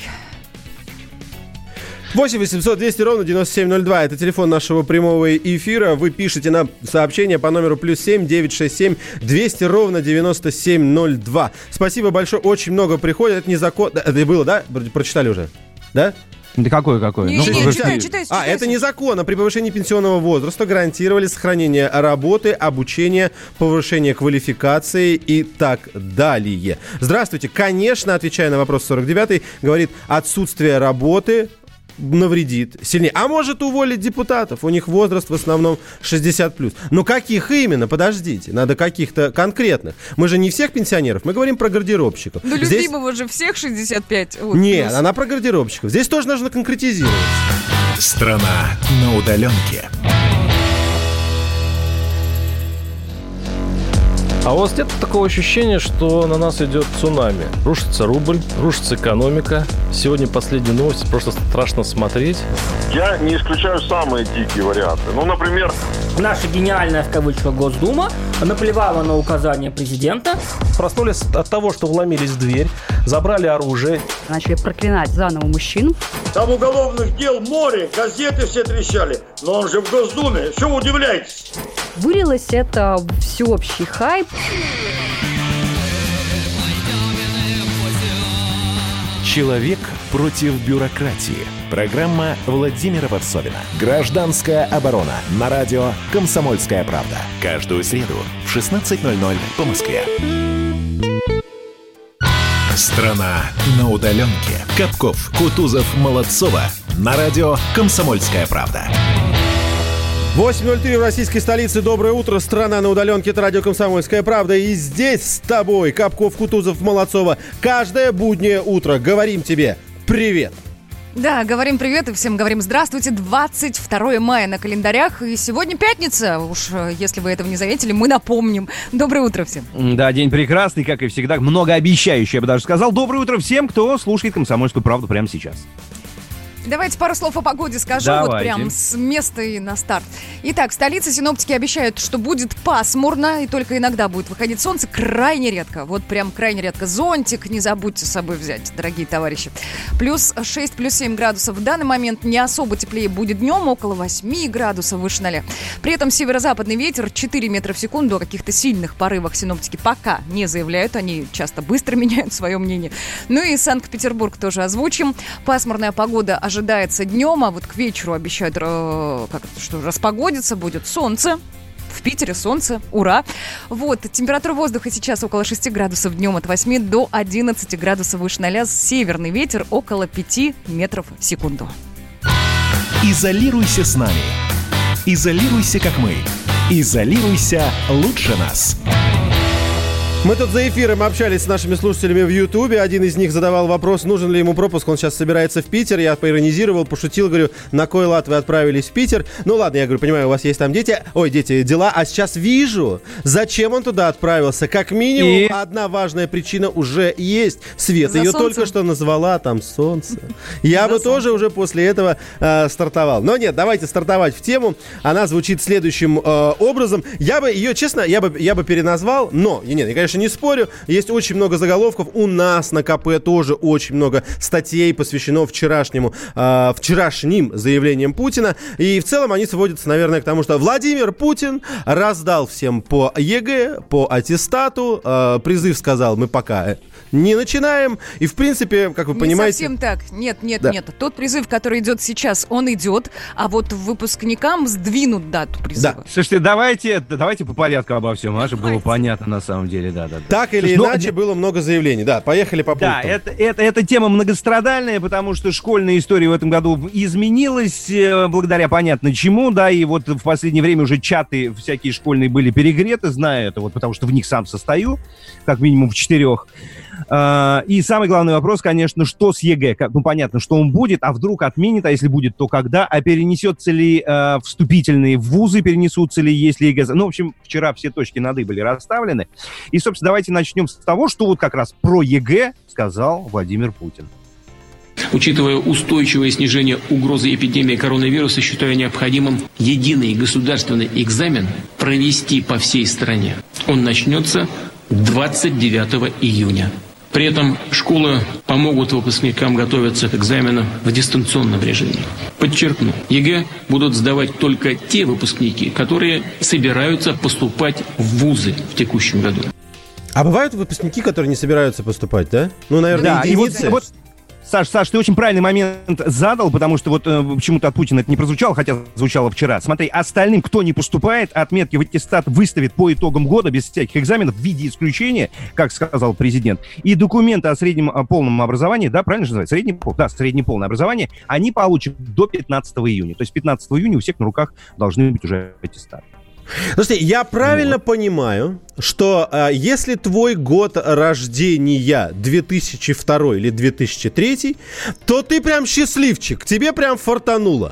восемь восемьсот двести ровно девяносто семь ноль два. Это телефон нашего прямого эфира. Вы пишете нам сообщение по номеру плюс семь девятьсот шестьдесят семь двести ровно девяносто семь ноль два. Спасибо большое. Очень много приходит. Это незаконно. Это было, да? Прочитали уже? Да? Да какое, какое? Не, ну, не, не, читай, читай, а, это незаконно. При повышении пенсионного возраста гарантировали сохранение работы, обучение, повышение квалификации и так далее. Здравствуйте. Конечно, отвечая на вопрос сорок девятый, говорит, отсутствие работы навредит сильнее. А может уволить депутатов? У них возраст в основном шестьдесят плюс. Но каких именно? Подождите. Надо каких-то конкретных. Мы же не всех пенсионеров. Мы говорим про гардеробщиков. Ну, Здесь... любимого же всех шестьдесят пять. Вот, Нет, плюс. она про гардеробщиков. Здесь тоже нужно конкретизировать. Страна на удаленке. А у вас нет такого ощущения, что на нас идет цунами? Рушится рубль, рушится экономика. Сегодня последние новости, просто страшно смотреть. Я не исключаю самые дикие варианты. Ну, например... Наша гениальная, в кавычках, Госдума наплевала на указания президента. Проснулись от того, что вломились в дверь, забрали оружие. Начали проклинать заново мужчин. Там уголовных дел море, газеты все трещали. Но он же в Госдуме, что вы удивляетесь? Вылилось это в всеобщий хайп. Человек против бюрократии. Программа Владимира Варсовина. Гражданская оборона. На радио «Комсомольская правда». Каждую среду в шестнадцать ноль ноль по Москве. Страна на удаленке. Капков, Кутузов, Молодцова. На радио «Комсомольская правда». восемь ноль три в российской столице. Доброе утро. Страна на удаленке. Это радио «Комсомольская правда». И здесь с тобой Капков, Кутузов, Молодцова. Каждое буднее утро говорим тебе привет. Да, говорим привет и всем говорим здравствуйте. двадцать второе мая на календарях. И сегодня пятница. Уж если вы этого не заметили, мы напомним. Доброе утро всем. Да, день прекрасный, как и всегда. Многообещающий, я бы даже сказал. Доброе утро всем, кто слушает «Комсомольскую правду» прямо сейчас. Давайте пару слов о погоде скажу, Давайте. вот прям с места и на старт. Итак, в столице синоптики обещают, что будет пасмурно, и только иногда будет выходить солнце, крайне редко. Вот прям крайне редко. Зонтик не забудьте с собой взять, дорогие товарищи. Плюс шесть, плюс семь градусов. В данный момент не особо теплее будет днем, около восемь градусов выше ноля. При этом северо-западный ветер четыре метра в секунду. О каких-то сильных порывах синоптики пока не заявляют, они часто быстро меняют свое мнение. Ну и Санкт-Петербург тоже озвучим. Пасмурная погода ожидается. Ожидается днем, а вот к вечеру обещают, э, как, что распогодится, будет солнце. В Питере солнце, ура! Вот, температура воздуха сейчас около шести градусов днем, от восьми до одиннадцати градусов выше ноля. Северный ветер около пяти метров в секунду. Изолируйся с нами. Изолируйся, как мы. Изолируйся лучше нас. Мы тут за эфиром общались с нашими слушателями в Ютубе. Один из них задавал вопрос, нужен ли ему пропуск. Он сейчас собирается в Питер. Я поиронизировал, пошутил, говорю, на кой лад вы отправились в Питер? Ну ладно, я говорю, понимаю, у вас есть там дети. Ой, дети, дела. А сейчас вижу, зачем он туда отправился. Как минимум, И... одна важная причина уже есть. Света ее солнцем. Только что назвала там солнце. Я бы тоже уже после этого э, стартовал. Но нет, давайте стартовать в тему. Она звучит следующим э, образом. Я бы ее, честно, я бы, я бы переназвал, но, нет, я, конечно, не спорю, есть очень много заголовков. У нас на ка пэ тоже очень много статей посвящено вчерашнему, э, вчерашним заявлениям Путина. И в целом они сводятся, наверное, к тому, что Владимир Путин раздал всем по е гэ, по аттестату. Э, призыв сказал, мы пока не начинаем. И, в принципе, как вы не понимаете... Не совсем так. Нет, нет, да. нет. Тот призыв, который идет сейчас, он идет, а вот выпускникам сдвинут дату призыва. Да. Слушайте, давайте, давайте по порядку обо всем, а, чтобы было понятно на самом деле, да, да, да. Так или Слушай, иначе, но... было много заявлений. Да, поехали по пунктам. Да, это, это, это тема многострадальная, потому что школьная история в этом году изменилась э, благодаря понятно чему, да, и вот в последнее время уже чаты всякие школьные были перегреты, знаю это, вот потому что в них сам состою, как минимум в четырех. И самый главный вопрос, конечно, что с е гэ? Ну, понятно, что он будет, а вдруг отменит, а если будет, то когда? А перенесется ли э, вступительные в вузы, перенесутся ли, если е гэ... Ну, в общем, вчера все точки над «и» были расставлены. И, собственно, давайте начнем с того, что вот как раз про е гэ сказал Владимир Путин. Учитывая устойчивое снижение угрозы эпидемии коронавируса, считаю необходимым единый государственный экзамен провести по всей стране. Он начнется двадцать девятого июня. При этом школы помогут выпускникам готовиться к экзаменам в дистанционном режиме. Подчеркну, е гэ будут сдавать только те выпускники, которые собираются поступать в вузы в текущем году. А бывают выпускники, которые не собираются поступать, да? Ну, наверное, да, единицы. И вот, Саш, Саш, ты очень правильный момент задал, потому что вот э, почему-то от Путина это не прозвучало, хотя звучало вчера. Смотри, остальным, кто не поступает, отметки в аттестат выставит по итогам года без всяких экзаменов в виде исключения, как сказал президент. И документы о среднем о полном образовании, да, правильно же называется? Среднее, да, среднеполное образование, они получат до пятнадцатого июня. То есть пятнадцатого июня у всех на руках должны быть уже аттестаты. Слушайте, я правильно вот. понимаю, что э, если твой год рождения две тысячи второй или две тысячи третий, то ты прям счастливчик, тебе прям фартануло.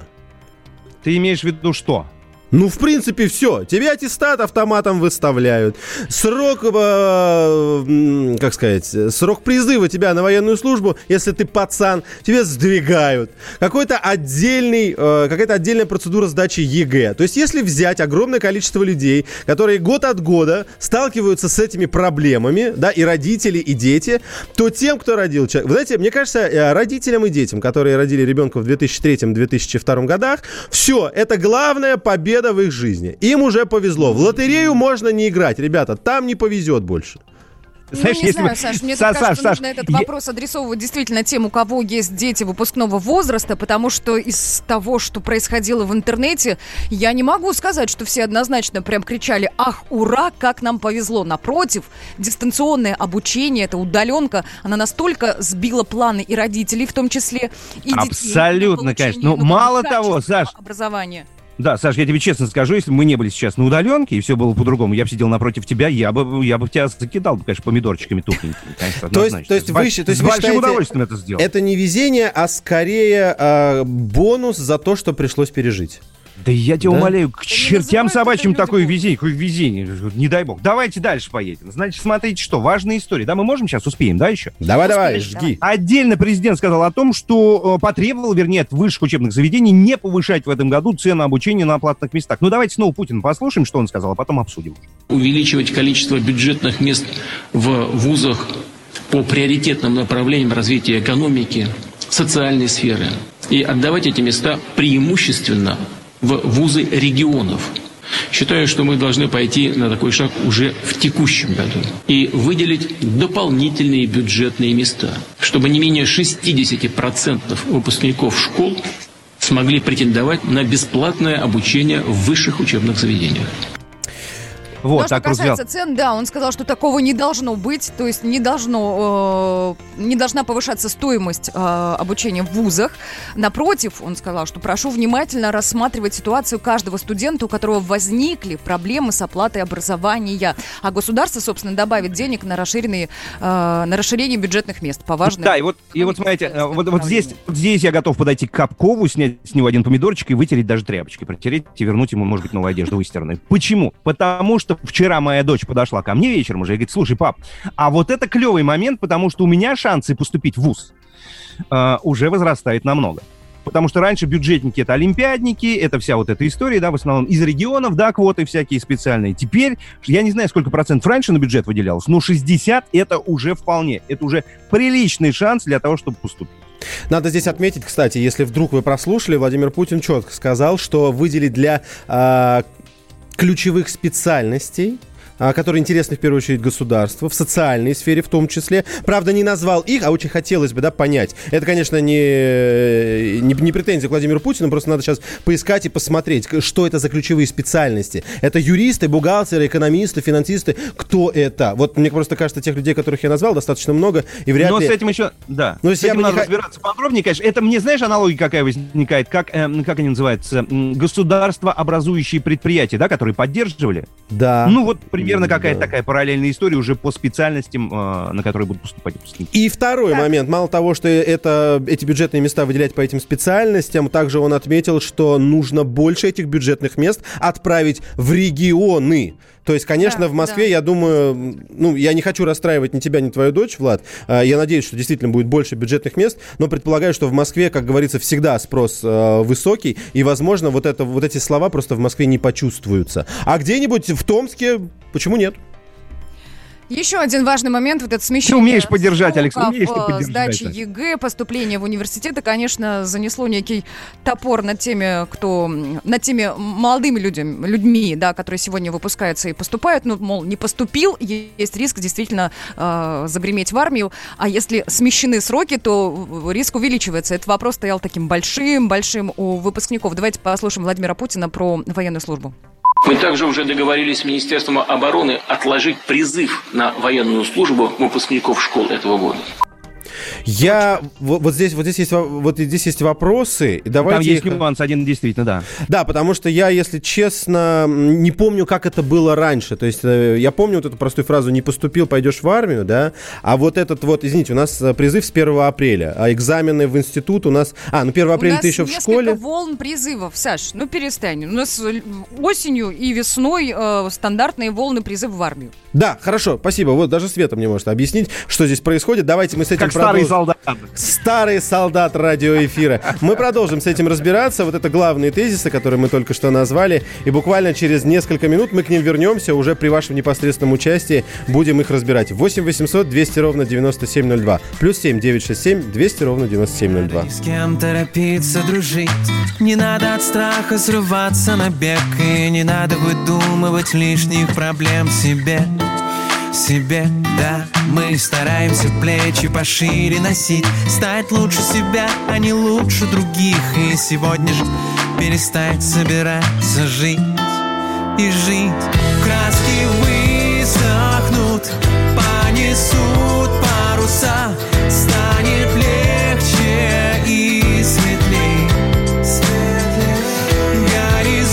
Ты имеешь в виду что? Ну, в принципе, все. Тебе аттестат автоматом выставляют. Срок, э, как сказать, срок призыва тебя на военную службу, если ты пацан, тебе сдвигают. Какой-то отдельный, э, какая-то отдельная процедура сдачи е гэ. То есть, если взять огромное количество людей, которые год от года сталкиваются с этими проблемами, да, и родители, и дети, то тем, кто родил человека... Вы знаете, мне кажется, родителям и детям, которые родили ребенка в две тысячи третьем - две тысячи втором годах, все, это главная победа в их жизни. Им уже повезло. В лотерею можно не играть, ребята, там не повезет больше. Знаешь, ну, не знаю, Саш, мне Саш, кажется, что Саш, нужно этот я... вопрос адресовывать действительно тем, у кого есть дети выпускного возраста, потому что из того, что происходило в интернете, я не могу сказать, что все однозначно прям кричали: ах, ура, как нам повезло. Напротив, дистанционное обучение, эта удаленка, она настолько сбила планы и родителей в том числе, и детей. Абсолютно, конечно. Ну, мало того, Саш, образования. Да, Саш, я тебе честно скажу, если бы мы не были сейчас на удаленке, и все было по-другому, я бы сидел напротив тебя, я бы, я бы тебя закидал, конечно, помидорчиками тухленькими. Конечно, то есть, то есть вы, с, то есть с вы большим считаете, удовольствием это сделал. Это не везение, а скорее э, бонус за то, что пришлось пережить. Да я тебя да? умоляю, к чертям собачьим такое везение, какое везение, не дай бог. Давайте дальше поедем. Значит, смотрите, что, важная история. Да, мы можем сейчас, успеем, да, еще? Давай, давай, жги. Отдельно президент сказал о том, что потребовал, вернее, от высших учебных заведений не повышать в этом году цену обучения на платных местах. Ну, давайте снова Путина послушаем, что он сказал, а потом обсудим. Увеличивать количество бюджетных мест в вузах по приоритетным направлениям развития экономики, социальной сферы. И отдавать эти места преимущественно в вузы регионов. Считаю, что мы должны пойти на такой шаг уже в текущем году и выделить дополнительные бюджетные места, чтобы не менее шестьдесят процентов выпускников школ смогли претендовать на бесплатное обучение в высших учебных заведениях. Вот, Но что так касается Рузвельт. цен, да, он сказал, что такого не должно быть, то есть не должно, э, не должна повышаться стоимость э, обучения в вузах. Напротив, он сказал, что прошу внимательно рассматривать ситуацию каждого студента, у которого возникли проблемы с оплатой образования, а государство, собственно, добавит денег на расширенные, э, на расширение бюджетных мест по важным. Да, и вот, и вот смотрите, вот, вот здесь, вот здесь я готов подойти к Капкову, снять с него один помидорчик и вытереть даже тряпочкой, протереть и вернуть ему, может быть, новую одежду выстиранную. Почему? Потому что вчера моя дочь подошла ко мне вечером уже и говорит: слушай, пап, а вот это клевый момент, потому что у меня шансы поступить в вуз э, уже возрастают намного. Потому что раньше бюджетники — это олимпиадники, это вся вот эта история, да, в основном из регионов, да, квоты всякие специальные. Теперь, я не знаю, сколько процентов раньше на бюджет выделялось, но шестьдесят — это уже вполне, это уже приличный шанс для того, чтобы поступить. Надо здесь отметить, кстати, если вдруг вы прослушали, Владимир Путин четко сказал, что выделить для э, ключевых специальностей, которые интересны в первую очередь государству, в социальной сфере в том числе. Правда, не назвал их, а очень хотелось бы, да, понять. Это, конечно, не, не, не претензия к Владимиру Путину, просто надо сейчас поискать и посмотреть, что это за ключевые специальности. Это юристы, бухгалтеры, экономисты, финансисты. Кто это? Вот мне просто кажется, тех людей, которых я назвал, достаточно много, и вряд Но ли... с этим еще, да, Но с этим надо не... разбираться подробнее, конечно. Это мне, знаешь, аналогия какая возникает, как, э, как они называются, государствообразующие предприятия, да, которые поддерживали. Да. Ну вот примерно Примерно какая-то да. такая параллельная история уже по специальностям, э, на которые будут поступать выпускники. И второй так. момент. Мало того, что это, эти бюджетные места выделять по этим специальностям, также он отметил, что нужно больше этих бюджетных мест отправить в регионы. То есть, конечно, да, в Москве, да. я думаю, ну, я не хочу расстраивать ни тебя, ни твою дочь, Влад. Я надеюсь, что действительно будет больше бюджетных мест, но предполагаю, что в Москве, как говорится, всегда спрос э, высокий, и, возможно, вот, это, вот эти слова просто в Москве не почувствуются. А где-нибудь в Томске, почему нет? Еще один важный момент, вот это смещение. Ты умеешь поддержать, Алекс, умеешь ты поддержать. Сдачи ЕГЭ, поступление в университеты, конечно, занесло некий топор над теми, кто, над теми молодыми людьми, людьми, да, которые сегодня выпускаются и поступают, ну, мол, не поступил, есть риск действительно э, загреметь в армию, а если смещены сроки, то риск увеличивается. Этот вопрос стоял таким большим-большим у выпускников. Давайте послушаем Владимира Путина про военную службу. Мы также уже договорились с Министерством обороны отложить призыв на военную службу выпускников школ этого года. Я вот, вот здесь вот здесь есть вот здесь есть вопросы. Давайте Там есть их... нюанс один, действительно, да. Да, потому что я, если честно, не помню, как это было раньше. То есть я помню вот эту простую фразу: не поступил, пойдешь в армию, да. А вот этот вот, извините, у нас призыв с первого апреля, а экзамены в институт у нас. А, ну первого апреля ты еще в школе. У нас несколько волн призывов, Саш. Ну перестань. У нас осенью и весной э, стандартные волны призыва в армию. Да, хорошо, спасибо. Вот даже Света мне может объяснить, что здесь происходит. Давайте мы с этим как старый солдат. Старый солдат радиоэфира. Мы продолжим с этим разбираться. Вот это главные тезисы, которые мы только что назвали. И буквально через несколько минут мы к ним вернемся. Уже при вашем непосредственном участии будем их разбирать. восемь восемьсот двести ровно девяносто семь ноль два. Плюс семь девятьсот шестьдесят семь двести ровно девяносто семь ноль два. С кем торопиться дружить? Не надо от страха срываться на бег. И не надо выдумывать лишних проблем себе. Себе, да, мы стараемся плечи пошире носить, стать лучше себя, а не лучше других. И сегодня же перестать собираться жить и жить. Краски высохнут, понесут паруса, станет легче и светлей. Горизонт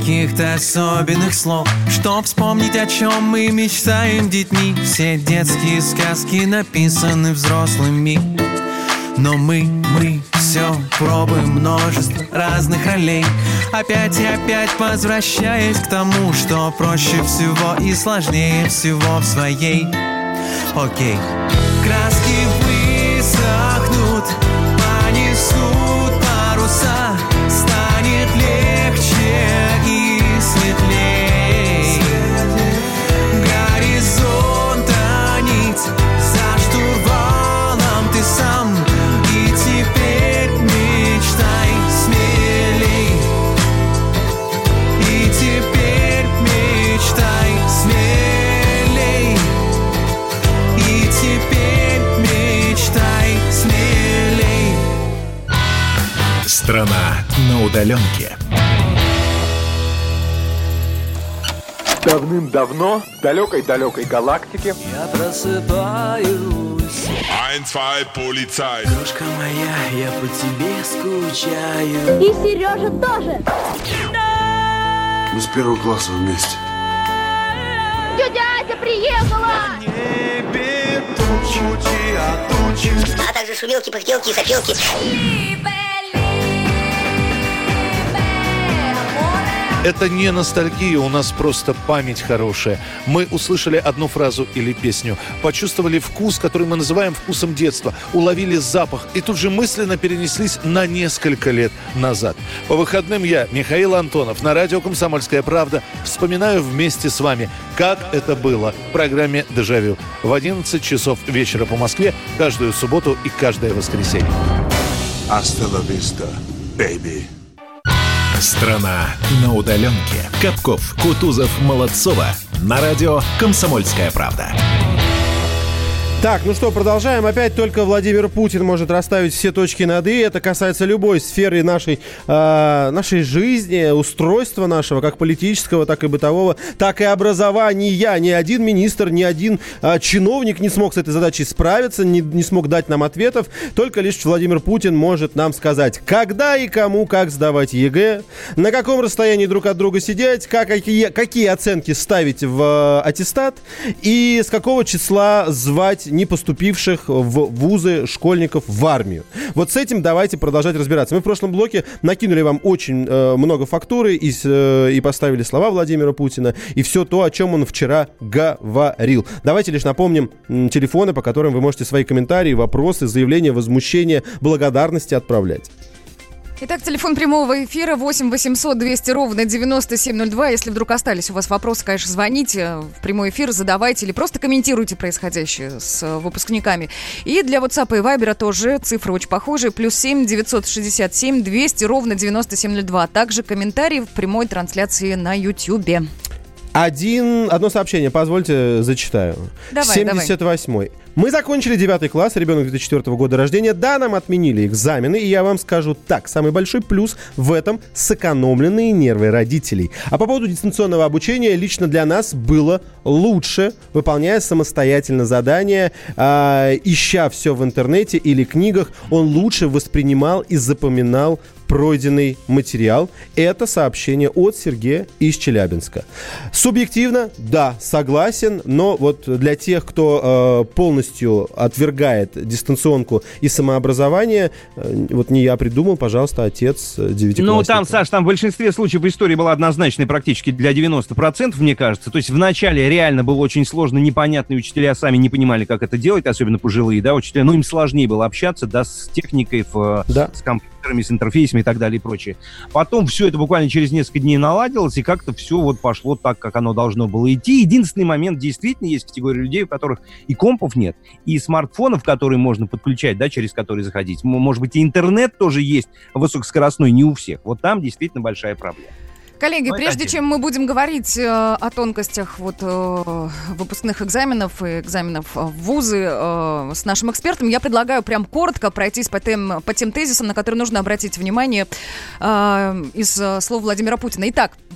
каких-то особенных слов, чтоб вспомнить, о чем мы мечтаем детьми. Все детские сказки написаны взрослыми. Но мы, мы все пробуем множество разных ролей, опять и опять возвращаясь к тому, что проще всего и сложнее всего в своей. Окей. Краски высохнут, понесут паруса, станет легче и светлей. Горизонта нить, за штурвалом ты сам. И теперь мечтай смелей. И теперь мечтай смелей. И теперь мечтай смелей. Страна на удаленке. Давным-давно в далекой-далекой галактике я просыпаюсь. Ein, zwei, полицай. Крошка моя, я по тебе скучаю. И Сережа тоже. Мы с первого класса вместе. Тетя Ася приехала! Небе тучи, а тучи. А также шумелки, пыхтелки и сопелки. Это не ностальгия, у нас просто память хорошая. Мы услышали одну фразу или песню, почувствовали вкус, который мы называем вкусом детства, уловили запах и тут же мысленно перенеслись на несколько лет назад. По выходным я, Михаил Антонов, на радио «Комсомольская правда» вспоминаю вместе с вами, как это было в программе «Дежавю» в одиннадцать часов вечера по Москве каждую субботу и каждое воскресенье. Hasta la vista, baby. Страна на удаленке. Капков, Кутузов, Молодцова. На радио «Комсомольская правда». Так, ну что, продолжаем. Опять только Владимир Путин может расставить все точки над «и». Это касается любой сферы нашей, э, нашей жизни, устройства нашего, как политического, так и бытового, так и образования. Ни один министр, ни один э, чиновник не смог с этой задачей справиться, не, не смог дать нам ответов. Только лишь Владимир Путин может нам сказать, когда и кому, как сдавать ЕГЭ, на каком расстоянии друг от друга сидеть, как, какие, какие оценки ставить в э, аттестат и с какого числа звать не поступивших в вузы школьников в армию. Вот с этим давайте продолжать разбираться. Мы в прошлом блоке накинули вам очень э, много фактуры и, э, и поставили слова Владимира Путина и все то, о чем он вчера говорил. Давайте лишь напомним м, телефоны, по которым вы можете свои комментарии, вопросы, заявления, возмущения, благодарности отправлять. Итак, телефон прямого эфира восемь восемьсот двести ровно девяносто семь ноль два. Если вдруг остались у вас вопросы, конечно, звоните в прямой эфир, задавайте или просто комментируйте происходящее с выпускниками. И для WhatsApp и Viber тоже цифры очень похожие. Плюс семь девятьсот шестьдесят семь двести ровно девяносто семь ноль два. Также комментарии в прямой трансляции на Ютьюбе. Один, одно сообщение, позвольте, зачитаю. Давай, семьдесят восьмой. Мы закончили девятый класс, ребенок две тысячи четвёртого года рождения. Да, нам отменили экзамены, и я вам скажу так. Самый большой плюс в этом — сэкономленные нервы родителей. А по поводу дистанционного обучения лично для нас было лучше, выполняя самостоятельно задания, э, ища все в интернете или книгах, он лучше воспринимал и запоминал пройденный материал. Это сообщение от Сергея из Челябинска. Субъективно, да, согласен, но вот для тех, кто э, полностью отвергает дистанционку и самообразование, э, вот не я придумал, пожалуйста, отец девятиклассника. Ну, там, Саш, там в большинстве случаев история была однозначной практически для девяноста процентов, мне кажется. То есть вначале реально было очень сложно, непонятно, и учителя сами не понимали, как это делать, особенно пожилые, да, учителя. Ну, им сложнее было общаться, да, с техникой, в, да. с компьютерами, с интерфейсами и так далее и прочее. Потом все это буквально через несколько дней наладилось, и как-то все вот пошло так, как оно должно было идти. Единственный момент, действительно, есть категория людей, у которых и компов нет, и смартфонов, которые можно подключать, да, через которые заходить. Может быть, и интернет тоже есть высокоскоростной, не у всех. Вот там действительно большая проблема. Коллеги, прежде чем мы будем говорить э, о тонкостях вот, э, выпускных экзаменов и экзаменов в вузы э, с нашим экспертом, я предлагаю прям коротко пройтись по тем, по тем тезисам, на которые нужно обратить внимание э, из э, слов Владимира Путина. Итак,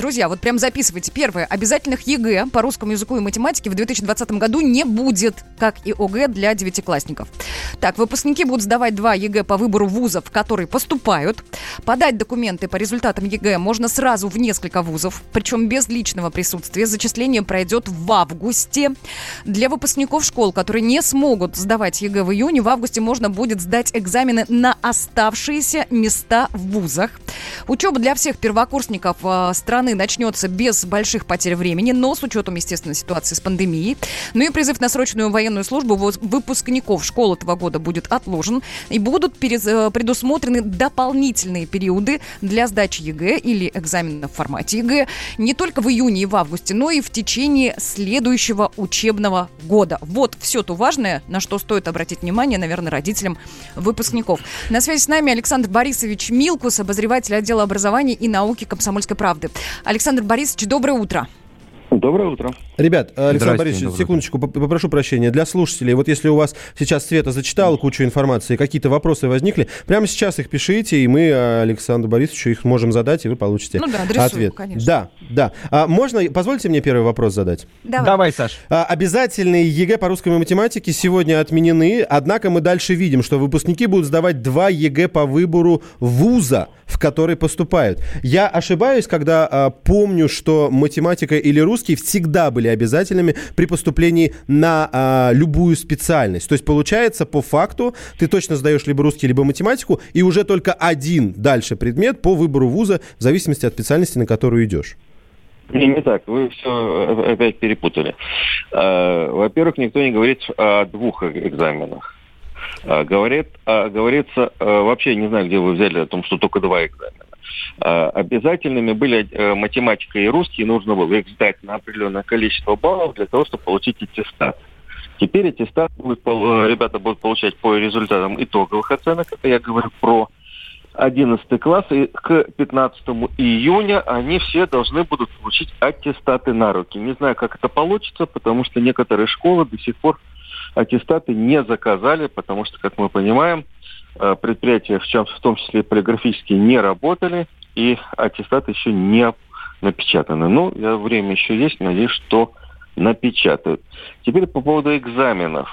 друзья, вот прям записывайте. Первое. Обязательных ЕГЭ по русскому языку и математике в две тысячи двадцатом году не будет, как и ОГЭ для девятиклассников. Так, выпускники будут сдавать два ЕГЭ по выбору вузов, в которые поступают. Подать документы по результатам ЕГЭ можно сразу в несколько вузов, причем без личного присутствия. Зачисление пройдет в августе. Для выпускников школ, которые не смогут сдавать ЕГЭ в июне, в августе можно будет сдать экзамены на оставшиеся места в вузах. Учеба для всех первокурсников э, страны начнется без больших потерь времени, но с учетом, естественно, ситуации с пандемией. Ну и призыв на срочную военную службу выпускников школ этого года будет отложен. И будут перез, э, предусмотрены дополнительные периоды для сдачи ЕГЭ или экзамена в формате ЕГЭ не только в июне и в августе, но и в течение следующего учебного года. Вот все то важное, на что стоит обратить внимание, наверное, родителям выпускников. На связи с нами Александр Борисович Милкус, обозреватель отдела образования и науки «Комсомольской правды». Александр Борисович, доброе утро. Доброе утро. Ребят, Александр Борисович, секундочку, попрошу прощения. Для слушателей, вот если у вас сейчас Света зачитала кучу информации, какие-то вопросы возникли, прямо сейчас их пишите, и мы Александру Борисовичу их можем задать, и вы получите ну да, адресую, ответ. Конечно. Да, да. А можно, позвольте мне первый вопрос задать? Давай, Давай Саш. А, обязательные ЕГЭ по русскому и математике сегодня отменены, однако мы дальше видим, что выпускники будут сдавать два ЕГЭ по выбору вуза, в который поступают. Я ошибаюсь, когда а, помню, что математика или русский всегда были обязательными при поступлении на а, любую специальность. То есть, получается, по факту, ты точно сдаешь либо русский, либо математику, и уже только один дальше предмет по выбору вуза, в зависимости от специальности, на которую идешь. Не, не так. Вы все опять перепутали. Во-первых, никто не говорит о двух экзаменах. Говорит, говорится, вообще не знаю, где вы взяли о том, что только два экзамена. Обязательными были математика и русский, нужно было их сдать на определенное количество баллов для того, чтобы получить аттестат. Теперь аттестат будет, ребята будут получать по результатам итоговых оценок, это я говорю про одиннадцатый класс, и к пятнадцатому июня они все должны будут получить аттестаты на руки. Не знаю, как это получится, потому что некоторые школы до сих пор аттестаты не заказали, потому что, как мы понимаем, предприятия, в том числе полиграфические, не работали, и аттестаты еще не напечатаны. Ну, время еще есть, надеюсь, что напечатают. Теперь по поводу экзаменов.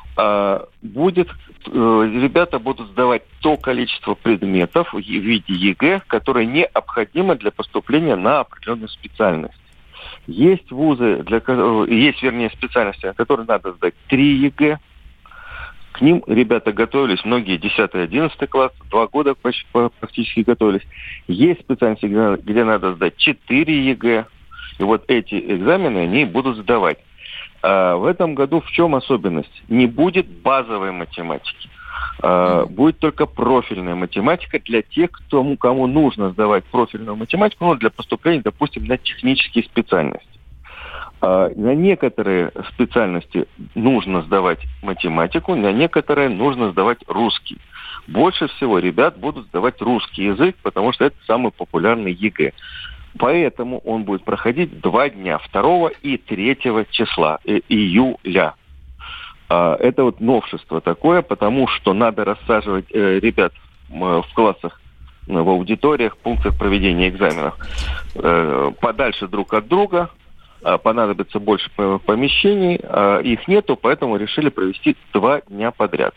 Будет, ребята будут сдавать то количество предметов в виде ЕГЭ, которое необходимо для поступления на определенную специальность. Есть вузы, для, есть, вернее, специальности, на которые надо сдать три ЕГЭ. К ним ребята готовились, многие десятый-одиннадцатый класс, два года практически готовились. Есть специальности, где, где надо сдать четыре ЕГЭ. И вот эти экзамены они будут сдавать. А в этом году в чем особенность? Не будет базовой математики. А, будет только профильная математика для тех, кто, кому нужно сдавать профильную математику, ну, для поступления, допустим, на технические специальности. А, на некоторые специальности нужно сдавать математику, на некоторые нужно сдавать русский. Больше всего ребят будут сдавать русский язык, потому что это самый популярный ЕГЭ. Поэтому он будет проходить два дня, второго и третьего числа, и, июля. А, это вот новшество такое, потому что надо рассаживать э, ребят э, в классах, э, в аудиториях, пунктах проведения экзаменов э, подальше друг от друга. Э, понадобится больше помещений, э, их нету, поэтому решили провести два дня подряд.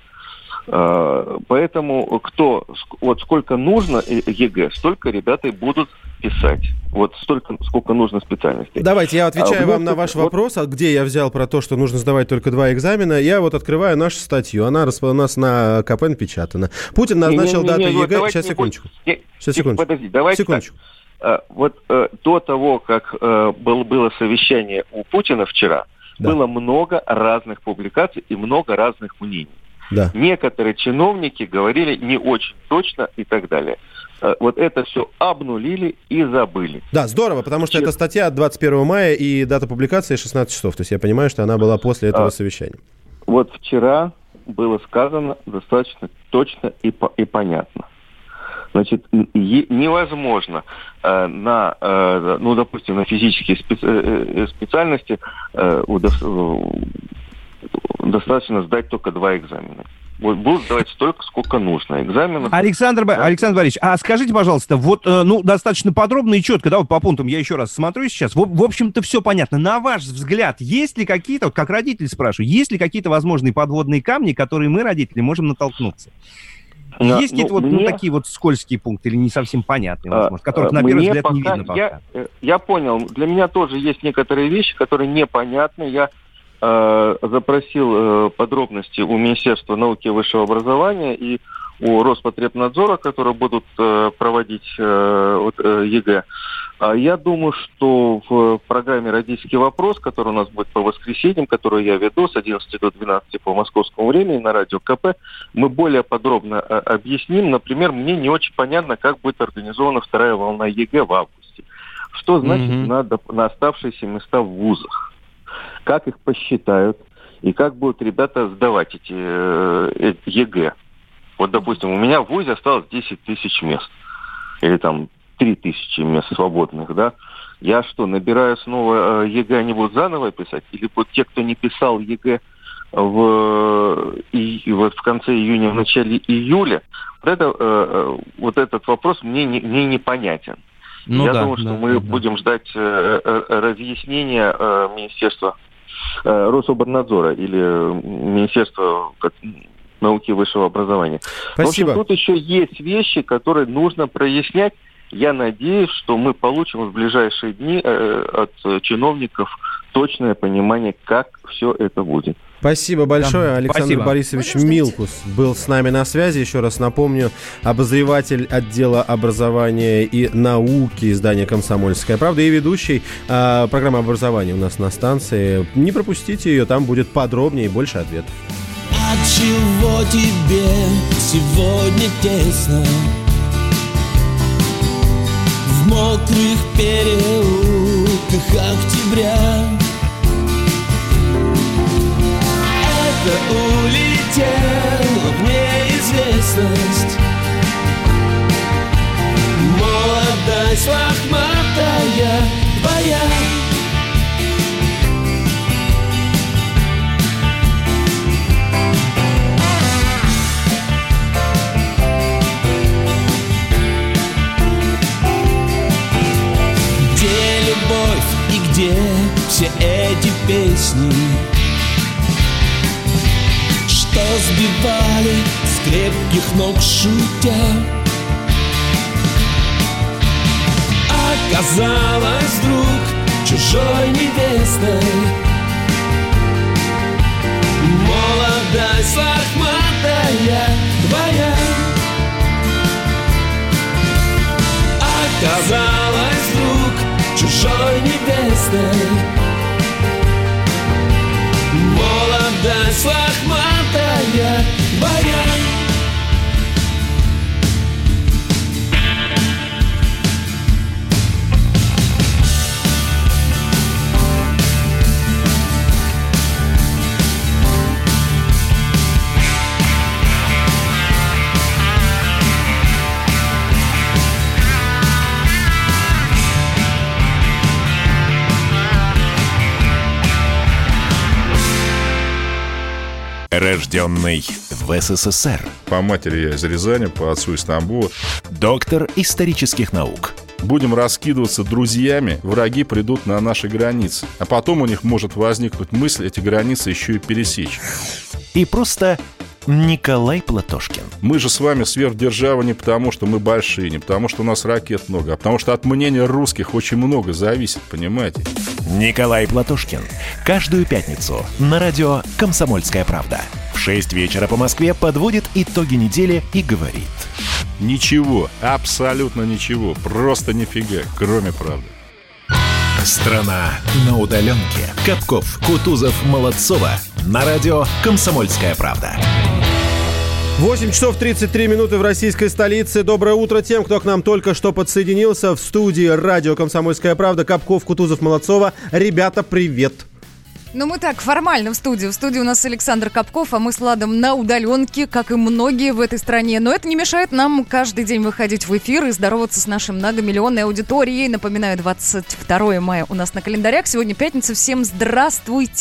Поэтому кто, вот сколько нужно ЕГЭ, столько ребята и будут писать. Вот столько, сколько нужно специальностей. Давайте я отвечаю а, вам на ваш вот... вопрос, где я взял про то, что нужно сдавать только два экзамена. Я вот открываю нашу статью, она у нас на ка пэ напечатана. Путин назначил не, не, не, дату не, ЕГЭ. Сейчас, секундочку. Не, Сейчас, секундочку. Подожди, давайте секундочку. Так. Вот до того, как было совещание у Путина вчера, да. было много разных публикаций и много разных мнений. Да. Некоторые чиновники говорили не очень точно и так далее. Вот это все обнулили и забыли. Да, здорово, потому что Честно. эта статья от двадцать первого мая и дата публикации шестнадцать часов. То есть я понимаю, что она была после этого а, совещания. Вот вчера было сказано достаточно точно и, по, и понятно. Значит, е- невозможно э, на, э, ну, допустим, на физические специ- э, специальности э, удов- достаточно сдать только два экзамена. вот будут давать столько, сколько нужно. Экзаменов... Александр, да? Александр Борисович, а скажите, пожалуйста, вот, ну, достаточно подробно и четко, да, вот по пунктам я еще раз смотрю сейчас, в, в общем-то, все понятно. На ваш взгляд, есть ли какие-то, вот как родители спрашиваю, есть ли какие-то возможные подводные камни, которые мы, родители, можем натолкнуться? Да, есть какие-то ну, вот мне... ну, такие вот скользкие пункты или не совсем понятные, возможно, которых, на первый взгляд, пока... не видно пока? Я, я понял. Для меня тоже есть некоторые вещи, которые непонятны. Я э, запросил э, подробности у Министерства науки и высшего образования и у Роспотребнадзора, которые будут э, проводить э, вот, э, ЕГЭ. А я думаю, что в программе «Родительский вопрос», которая у нас будет по воскресеньям, которую я веду с одиннадцати до двенадцати по московскому времени на радио КП, мы более подробно э, объясним. Например, мне не очень понятно, как будет организована вторая волна ЕГЭ в августе. Что значит mm-hmm. надо на оставшиеся места в вузах? Как их посчитают? И как будут ребята сдавать эти, э, эти ЕГЭ? Вот, допустим, у меня в вузе осталось десять тысяч мест. Или там три тысячи мест свободных, да? Я что, набираю снова э, ЕГЭ, они будут заново писать? Или вот те, кто не писал ЕГЭ в, и, вот в конце июня, в начале июля, вот, это, э, вот этот вопрос мне, не, мне непонятен. Ну, Я да, думаю, что да, мы да, будем да. ждать э, э, разъяснения э, Министерства э, Рособорнадзора или Министерства науки и высшего образования. Спасибо. В общем, тут еще есть вещи, которые нужно прояснять. Я надеюсь, что мы получим в ближайшие дни э, от чиновников точное понимание, как все это будет. Спасибо большое. Да. Александр Спасибо. Борисович Милкус был с нами на связи. Еще раз напомню, обозреватель отдела образования и науки издания «Комсомольская правда» и ведущий э, программы образования у нас на станции. Не пропустите ее, там будет подробнее и больше ответов. Отчего тебе сегодня тесно в мокрых переулках октября? Это улетело в неизвестность. Молодость лохматая твоя. Где все эти песни, что сбивали с крепких ног шутя? Оказалось вдруг чужой невестой. Молодость лохматая твоя. Оказалось вдруг чужой невестой. Молодость лохматая твоя. Рожденный в СССР. По матери я из Рязани, по отцу из Тамбова. Доктор исторических наук. Будем раскидываться друзьями, враги придут на наши границы. А потом у них может возникнуть мысль эти границы еще и пересечь. И просто Николай Платошкин. Мы же с вами сверхдержава не потому, что мы большие, не потому, что у нас ракет много, а потому что от мнения русских очень много зависит, понимаете? Николай Платошкин. Каждую пятницу на радио «Комсомольская правда». В шесть вечера по Москве подводит итоги недели и говорит: ничего, абсолютно ничего, просто нифига, кроме правды. Страна на удаленке. Капков, Кутузов, Молодцова. На радио «Комсомольская правда». восемь часов тридцать три минуты в российской столице. Доброе утро тем, кто к нам только что подсоединился. В студии радио «Комсомольская правда». Капков, Кутузов, Молодцова. Ребята, привет. Ну, мы так, формально в студии. В студии у нас Александр Капков, а мы с Владом на удаленке, как и многие в этой стране. Но это не мешает нам каждый день выходить в эфир и здороваться с нашей многомиллионной аудиторией. Напоминаю, двадцать второе мая у нас на календарях. Сегодня пятница. Всем здравствуйте.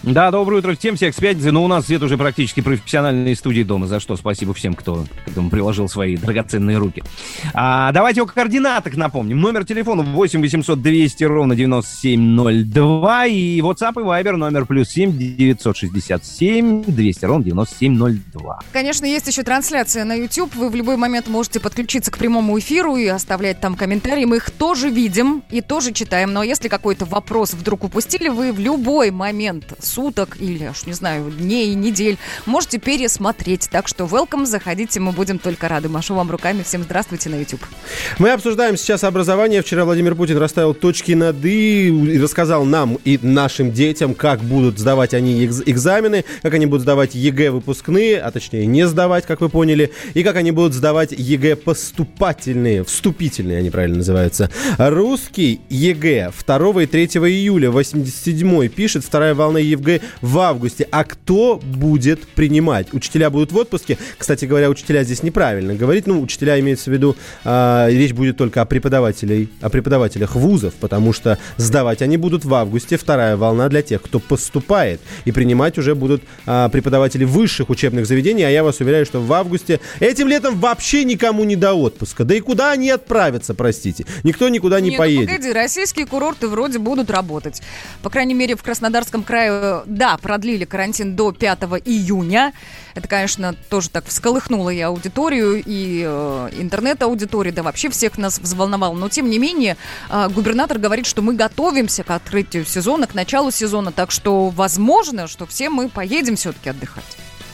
Да, доброе утро всем, всех с пятницы. Но у нас свет уже практически профессиональные студии дома, за что спасибо всем, кто к этому приложил свои драгоценные руки. А, давайте о координатах напомним. Номер телефона восемь восемьсот двести ровно девяносто семь ноль два и WhatsApp и Viber номер плюс семь девятьсот шестьдесят семь двести ровно девяносто семь ноль два. Конечно, есть еще трансляция на YouTube. Вы в любой момент можете подключиться к прямому эфиру и оставлять там комментарии. Мы их тоже видим и тоже читаем. Но если какой-то вопрос вдруг упустили, вы в любой момент суток или, аж не знаю, дней, недель можете пересмотреть. Так что welcome, заходите, мы будем только рады. Машу вам руками. Всем здравствуйте на YouTube. Мы обсуждаем сейчас образование. Вчера Владимир Путин расставил точки над «и» и рассказал нам и нашим детям, как будут сдавать они экзамены, как они будут сдавать ЕГЭ выпускные, а точнее не сдавать, как вы поняли, и как они будут сдавать ЕГЭ поступательные, вступительные они правильно называются. Русский ЕГЭ второго и третьего июля, восемьдесят седьмой пишет, вторая волна ЕГЭ в августе. А кто будет принимать? Учителя будут в отпуске. Кстати говоря, учителя здесь неправильно говорить. Ну, учителя имеется в виду, э, речь будет только о преподавателей, о преподавателях вузов, потому что сдавать они будут в августе. Вторая волна для тех, кто поступает. И принимать уже будут э, преподаватели высших учебных заведений. А я вас уверяю, что в августе этим летом вообще никому не до отпуска. Да и куда они отправятся, простите? Никто никуда не Нет, поедет. Ну, погоди, российские курорты вроде будут работать. По крайней мере, в Краснодарском крае, да, продлили карантин до пятого июня. Это, конечно, тоже так всколыхнуло и аудиторию, и э, интернет-аудиторию, да вообще всех нас взволновало. Но, тем не менее, э, губернатор говорит, что мы готовимся к открытию сезона, к началу сезона. Так что, возможно, что все мы поедем все-таки отдыхать.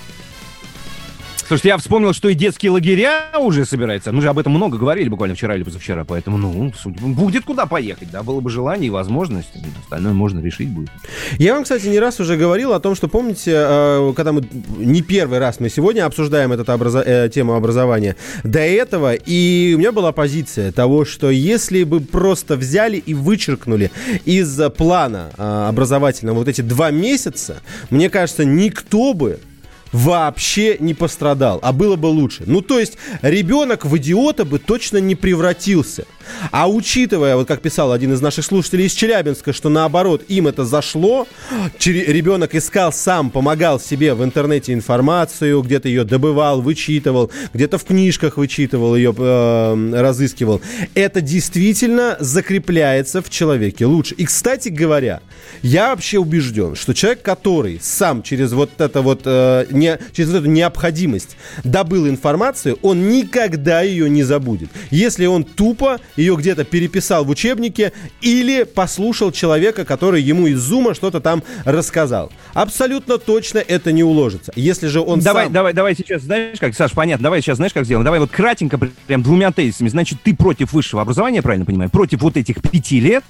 Слушайте, я вспомнил, что и детские лагеря уже собираются. Мы же об этом много говорили буквально вчера или позавчера. Поэтому, ну, будет куда поехать, да. Было бы желание и возможность. Остальное можно решить будет. Я вам, кстати, не раз уже говорил о том, что, помните, когда мы не первый раз мы сегодня обсуждаем эту образо... э, тему образования, до этого, и у меня была позиция того, что если бы просто взяли и вычеркнули из плана э, образовательного вот эти два месяца, мне кажется, никто бы вообще не пострадал, а было бы лучше. Ну, то есть, ребенок в идиота бы точно не превратился. А учитывая, вот как писал один из наших слушателей из Челябинска, что наоборот, им это зашло, ребенок искал сам, помогал себе в интернете информацию, где-то ее добывал, вычитывал, где-то в книжках вычитывал ее, э, разыскивал. Это действительно закрепляется в человеке лучше. И, кстати говоря, я вообще убежден, что человек, который сам через вот это вот, э, не, через вот эту необходимость добыл информацию, он никогда ее не забудет. Если он тупо ее где-то переписал в учебнике или послушал человека, который ему из зума что-то там рассказал. Абсолютно точно это не уложится. Если же он давай, сам... Давай, давай сейчас, знаешь как, Саш, понятно, давай сейчас, знаешь, как сделаем? Давай вот кратенько, прям двумя тезисами. Значит, ты против высшего образования, правильно понимаю? Против вот этих пяти лет.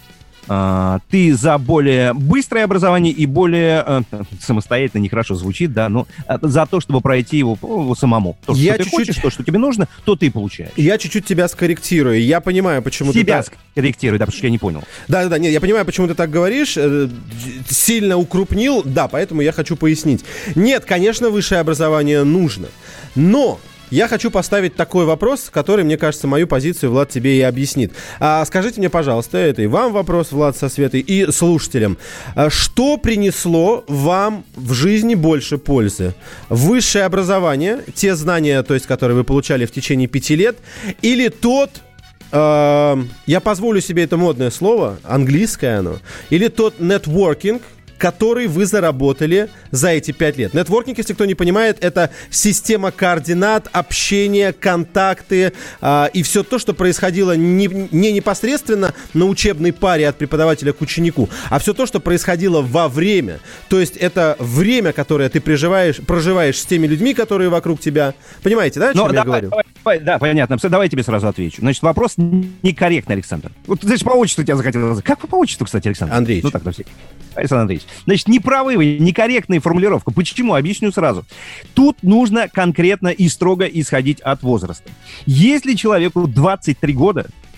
Uh, ты за более быстрое образование и более uh, самостоятельно, нехорошо звучит, да, но uh, за то, чтобы пройти его, его самому. То, что я ты чуть-чуть... хочешь, то, что тебе нужно, то ты и получаешь. Я чуть-чуть тебя скорректирую. Я понимаю, почему Себя ты... Себя скорректирую, да, потому что я не понял. Да-да-да, нет, я понимаю, почему ты так говоришь. Сильно укрупнил, да, поэтому я хочу пояснить. Нет, конечно, высшее образование нужно, но... Я хочу поставить такой вопрос, который, мне кажется, мою позицию Влад тебе и объяснит. А, скажите мне, пожалуйста, это и вам вопрос, Влад, со Светой, и слушателям. А, что принесло вам в жизни больше пользы? Высшее образование, те знания, то есть, которые вы получали в течение пяти лет, или тот... Э, я позволю себе это модное слово, английское оно, или тот нетворкинг, который вы заработали за эти пять лет. Нетворкинг, если кто не понимает, это система координат, общения, контакты э, и все то, что происходило не, не непосредственно на учебной паре от преподавателя к ученику, а все то, что происходило во время. То есть это время, которое ты проживаешь, проживаешь с теми людьми, которые вокруг тебя. Понимаете, да, о чем Но, я давай, говорю? Давай, давай, да, понятно. Давай я тебе сразу отвечу. Значит, вопрос некорректный, Александр. Вот, знаешь, по отчеству тебя захотел. Как по отчеству, кстати, Александр? Андреевич. Ну так, на всякий. Александр Андреевич. Значит, неправы вы, некорректная формулировка. Почему? Объясню сразу. Тут нужно конкретно и строго исходить от возраста. Если человеку двадцать три года,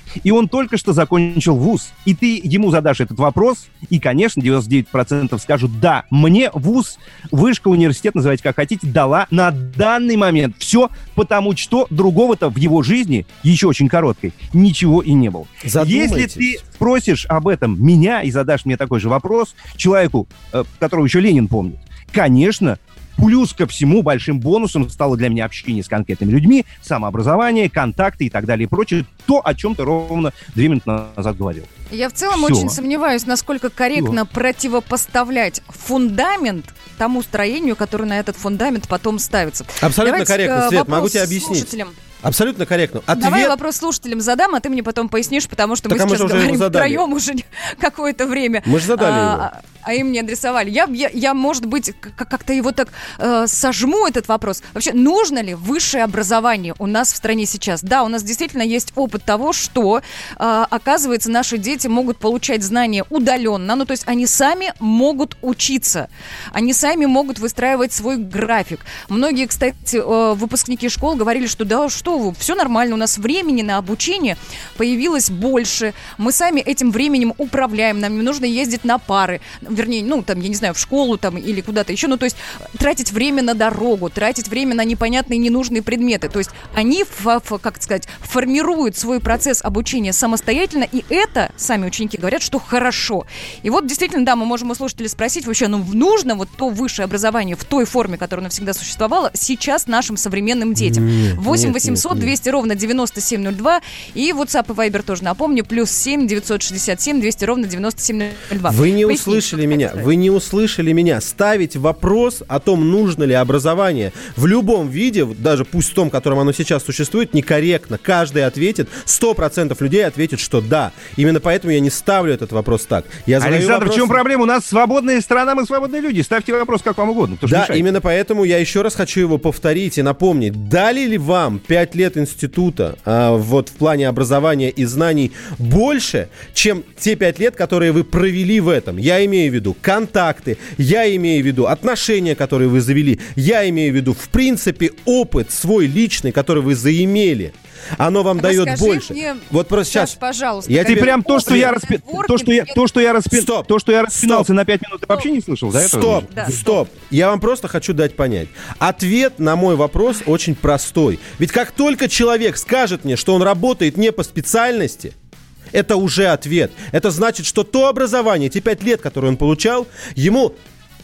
и он только что закончил вуз. И ты ему задашь этот вопрос, и, конечно, девяносто девять процентов скажут: да, мне вуз, вышка, университет, называйте как хотите, дала на данный момент все, потому что другого-то в его жизни, еще очень короткой, ничего и не было. Если ты спросишь об этом меня и задашь мне такой же вопрос человеку, которого еще Ленин помнит, конечно, плюс ко всему большим бонусом стало для меня общение с конкретными людьми, самообразование, контакты и так далее и прочее. То, о чем ты ровно две минуты назад говорил. Я в целом Всё. очень сомневаюсь, насколько корректно Всё. противопоставлять фундамент тому строению, которое на этот фундамент потом ставится. Абсолютно Давайте корректно, к Свет, могу вопросу тебе объяснить. слушателям. Абсолютно корректно. Ответ... Давай я вопрос слушателям задам, а ты мне потом пояснишь, потому что Так, мы а мы сейчас же уже говорим его задали. втроем уже какое-то время. Мы же задали а, его. А им не адресовали. Я, я, я может быть, к- как-то его так э, сожму, этот вопрос. Вообще, нужно ли высшее образование у нас в стране сейчас? Да, у нас действительно есть опыт того, что, э, оказывается, наши дети могут получать знания удаленно. Ну, то есть они сами могут учиться. Они сами могут выстраивать свой график. Многие, кстати, э, выпускники школ говорили, что да, что вы, все нормально, у нас времени на обучение появилось больше. Мы сами этим временем управляем, нам не нужно ездить на пары. Вернее, ну, там, я не знаю, в школу там или куда-то еще. Ну, то есть тратить время на дорогу, тратить время на непонятные, ненужные предметы. То есть они, ф- ф- как сказать, формируют свой процесс обучения самостоятельно, и это, сами ученики говорят, что хорошо. И вот действительно, да, мы можем у слушателей спросить, вообще, ну, нужно вот то высшее образование в той форме, которая навсегда существовала, сейчас нашим современным детям? восемь восемьсот двести ровно девяносто семь ноль два и WhatsApp и Viber тоже напомню, плюс семь девятьсот шестьдесят семь двести ровно девяносто семь ноль два. Вы не Поясните, услышали меня, вы не услышали меня. Ставить вопрос о том, нужно ли образование в любом виде, даже пусть в том, котором оно сейчас существует, некорректно. Каждый ответит, сто процентов людей ответит, что да. Именно поэтому я не ставлю этот вопрос так. Я задаю Александр, вопрос... в чем проблема? У нас свободная страна, мы свободные люди. Ставьте вопрос как вам угодно. Кто ж Да, мешает? именно поэтому я еще раз хочу его повторить и напомнить. Дали ли вам пять лет института а, вот в плане образования и знаний больше, чем те пять лет, которые вы провели в этом? Я имею в виду контакты, я имею в виду отношения, которые вы завели, я имею в виду, в принципе, опыт свой личный, который вы заимели. Оно вам дает Расскажи больше. мне, Вот просто Саш, сейчас. пожалуйста, Я Ты тебе... прям то, что я, распи... то, что я, то, что я, распи... Стоп. то, что я распинался Стоп. на пять минут, ты вообще не слышал, да? этого? Стоп, Да. стоп. Я вам просто хочу дать понять. Ответ на мой вопрос очень простой. Ведь как только человек скажет мне, что он работает не по специальности, это уже ответ. Это значит, что то образование, те пять лет, которые он получал, ему...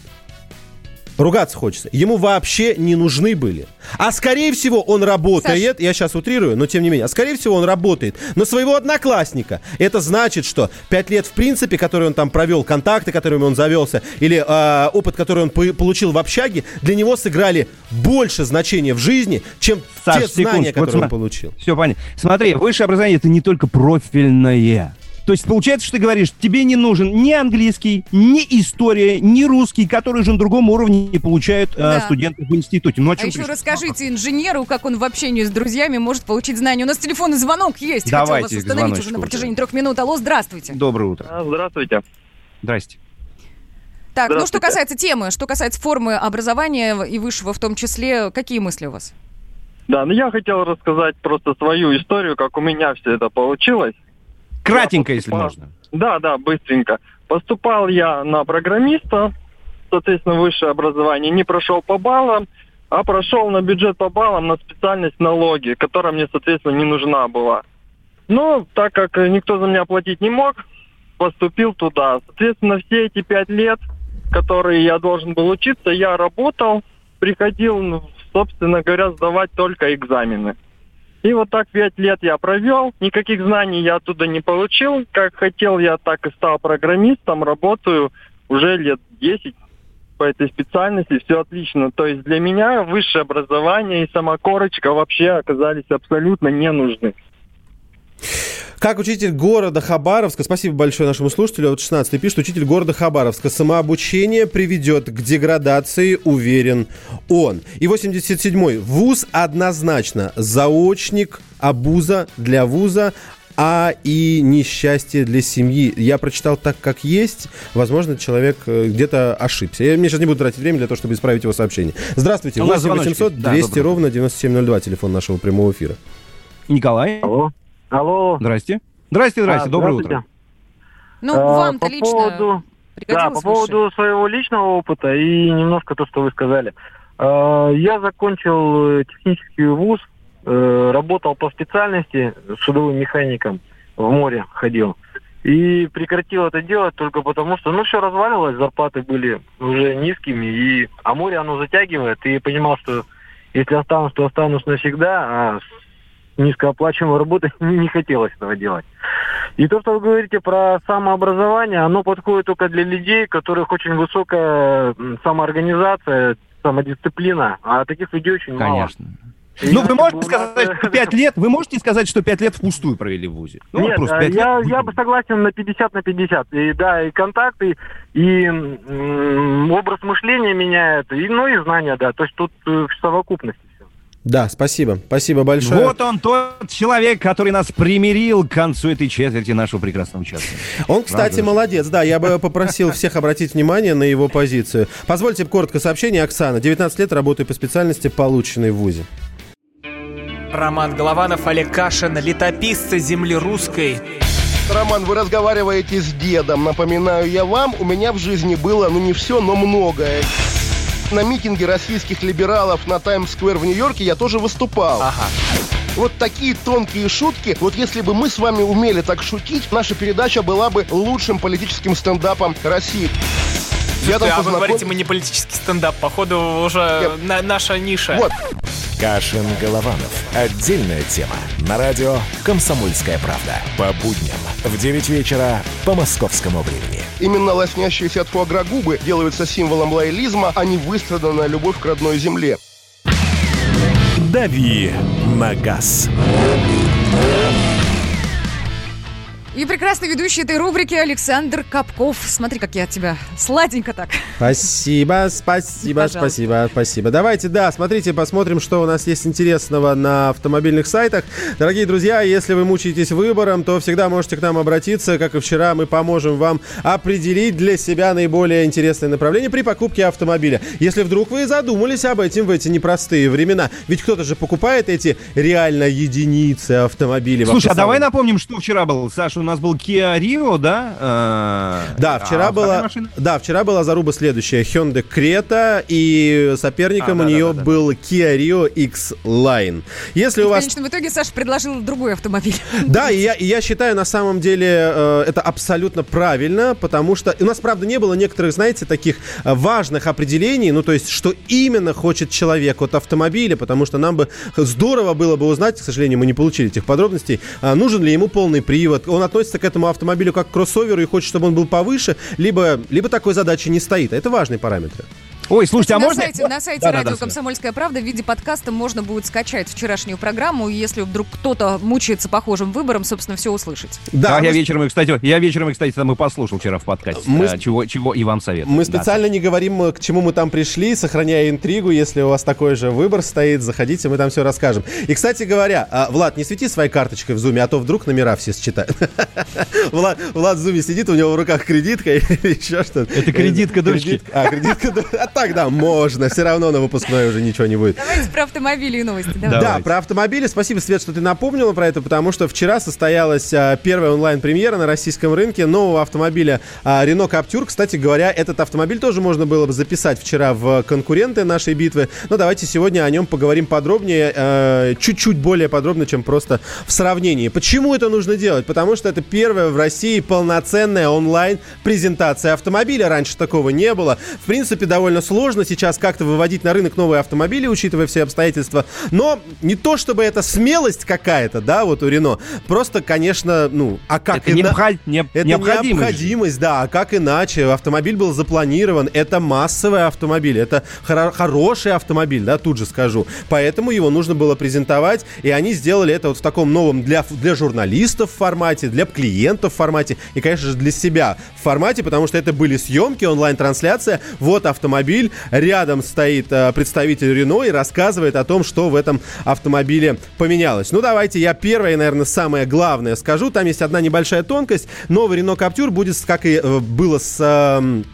Ругаться хочется. Ему вообще не нужны были. А скорее всего он работает, я сейчас утрирую, но тем не менее, а скорее всего он работает на своего одноклассника. Это значит, что пять лет в принципе, которые он там провел, контакты, которыми он завелся, или э, опыт, который он по- получил в общаге, для него сыграли больше значения в жизни, чем Саш, те знания, секундочку, вот которые он сма- получил. Все понятно. Смотри, высшее образование — это не только профильное. То есть получается, что ты говоришь, тебе не нужен ни английский, ни история, ни русский, который же на другом уровне не получают Да. э, студенты в институте. Ну, о А чем еще ты говоришь? расскажите инженеру, как он в общении с друзьями может получить знания. У нас телефонный звонок есть. Давайте Хотел вас к остановить уже звоночку на протяжении уже. трех минут. Алло, здравствуйте. Доброе утро. Здравствуйте. Здрасте. Так, ну что Здравствуйте. касается темы, что касается формы образования и высшего в том числе, какие мысли у вас? Да, ну я хотел рассказать просто свою историю, как у меня все это получилось. Кратенько, если поступал- можно. Да, да, быстренько. Поступал я на программиста, соответственно, высшее образование, не прошел по баллам, а прошел на бюджет по баллам на специальность налоги, которая мне, соответственно, не нужна была. Но так как никто за меня платить не мог, поступил туда. Соответственно, все эти пять лет, которые я должен был учиться, я работал, приходил, ну, собственно говоря, сдавать только экзамены. И вот так пять лет я провел, никаких знаний я оттуда не получил. Как хотел, я так и стал программистом, работаю уже лет десять по этой специальности, все отлично. То есть для меня высшее образование и сама корочка вообще оказались абсолютно не нужны. Как учитель города Хабаровска, спасибо большое нашему слушателю, вот шестнадцатый пишет, учитель города Хабаровска, самообучение приведет к деградации, уверен он. И восемьдесят седьмой, вуз однозначно заочник, обуза для вуза, а и несчастье для семьи. Я прочитал так, как есть. Возможно, человек э, где-то ошибся. Я, мне сейчас не буду тратить время для того, чтобы исправить его сообщение. Здравствуйте, У нас восемь восемьсот звоночки. Да, двести добрый. ровно девяносто семь ноль два, телефон нашего прямого эфира. Николай. Алло. Алло. Здрасте. Здрасте, здрасте, А, доброе здравствуйте. утро. Ну, А, вам-то по лично поводу- пригодилось Да, по высшее? поводу своего личного опыта и немножко то, что вы сказали. Э, Я закончил э, технический вуз, э, работал по специальности судовым механиком, в море ходил. И прекратил это делать только потому, что, ну, все развалилось, зарплаты были уже низкими, и, а море оно затягивает, и я понимал, что если останусь, то останусь навсегда, а с низкооплачиваемой работой не хотелось этого делать. И то, что вы говорите про самообразование, оно подходит только для людей, у которых очень высокая м, самоорганизация, самодисциплина, а таких людей очень мало. Конечно. Ну, вы можете сказать, что пять лет, вы можете сказать, что пять лет впустую провели в ВУЗе? Ну, Нет, просто а пять я, лет. я бы согласен на пятьдесят на пятьдесят. И, да, и контакты, и м, образ мышления меняет, и, ну и знания, да. То есть тут э, в совокупности. Да, спасибо. Спасибо большое. Вот он, тот человек, который нас примирил к концу этой четверти нашего прекрасного часа. Он, кстати, Правда? молодец. Да, я бы попросил всех обратить внимание на его позицию. Позвольте коротко сообщение. Оксана, девятнадцать лет, работаю по специальности, полученной в ВУЗе. Роман Голованов, Олег Кашин, летописцы земли русской. Роман, вы разговариваете с дедом. Напоминаю я вам, у меня в жизни было, ну не все, но многое. На митинге российских либералов на Таймс-сквер в Нью-Йорке я тоже выступал. Ага. Вот такие тонкие шутки. Вот если бы мы с вами умели так шутить, наша передача была бы лучшим политическим стендапом России. Я там Слушайте, а вы познаком- говорите, мы не политический стендап. Походу, уже на- наша ниша. Вот. Кашин, Голованов. Отдельная тема. На радио «Комсомольская правда». По будням в девять вечера по московскому времени. Именно лоснящиеся от фуагра губы делаются символом лоялизма, а не выстраданная любовь к родной земле. «Дави на газ». И прекрасный ведущий этой рубрики Александр Капков. Смотри, как я от тебя сладенько так. Спасибо, спасибо, Пожалуйста. спасибо, спасибо. Давайте, да, смотрите, посмотрим, что у нас есть интересного на автомобильных сайтах. Дорогие друзья, если вы мучаетесь выбором, то всегда можете к нам обратиться. Как и вчера, мы поможем вам определить для себя наиболее интересное направление при покупке автомобиля. Если вдруг вы задумались об этом в эти непростые времена, ведь кто-то же покупает эти реально единицы автомобилей. в Слушай, а давай автосалоне. напомним, что вчера был, Саша, у нас был Kia Rio, да? А, Да, вчера а была, вторая машина? да, вчера была заруба следующая. Hyundai Creta, и соперником А, у да, нее да, да, да. был Kia Rio X-Line. Если И у в вас... конечном итоге Саша предложил другой автомобиль. Да, и я, и я считаю, на самом деле, э, это абсолютно правильно, потому что у нас, правда, не было некоторых, знаете, таких э, важных определений, ну, то есть, что именно хочет человек от автомобиля, потому что нам бы здорово было бы узнать, к сожалению, мы не получили этих подробностей, а нужен ли ему полный привод, он относится к этому автомобилю как к кроссоверу и хочет, чтобы он был повыше, либо, либо такой задачи не стоит. Это важные параметры. Ой, слушайте, а на можно... Сайте, на сайте Да, да, радио да, «Комсомольская правда» в виде подкаста можно будет скачать вчерашнюю программу, и если вдруг кто-то мучается похожим выбором, собственно, все услышать. Да, Да, я мы- вечером, и, кстати, я вечером, и, кстати, там и послушал вчера в подкасте, Мы- а, чего, чего и вам советую. Мы Да. специально не говорим, э, к чему мы там пришли, сохраняя интригу. Если у вас такой же выбор стоит, заходите, мы там все расскажем. И, кстати говоря, а, Влад, не свети своей карточкой в зуме, а то вдруг номера все считают. Влад, Влад в зуме сидит, у него в руках кредитка или еще что-то. Это кредитка дочки. Кредит- А, кредитка дочки. А так, да, можно. Все равно на выпускной уже ничего не будет. Давайте про автомобили и новости. Да, Давай. про автомобили. Спасибо, Свет, что ты напомнила про это, потому что вчера состоялась а, первая онлайн-премьера на российском рынке нового автомобиля а, Renault Captur. Кстати говоря, этот автомобиль тоже можно было бы записать вчера в конкуренты нашей битвы. Но давайте сегодня о нем поговорим подробнее, а, чуть-чуть более подробно, чем просто в сравнении. Почему это нужно делать? Потому что это первая в России полноценная онлайн-презентация автомобиля. Раньше такого не было. В принципе, довольно сложно сейчас как-то выводить на рынок новые автомобили, учитывая все обстоятельства. Но не то, чтобы это смелость какая-то, да, вот у Рено. Просто, конечно, ну, а как Это ина- необход- не- Это необходимость. необходимость, да. А как иначе? Автомобиль был запланирован. Это массовый автомобиль. Это хоро- хороший автомобиль, да, тут же скажу. Поэтому его нужно было презентовать. И они сделали это вот в таком новом для, для журналистов формате, для клиентов формате и, конечно же, для себя в формате, потому что это были съемки, онлайн-трансляция. Вот автомобиль, рядом стоит э, представитель Renault и рассказывает о том, что в этом автомобиле поменялось. Ну, давайте я первое, наверное, самое главное скажу. Там есть одна небольшая тонкость. Новый Renault Captur будет, как и э, было с... Э,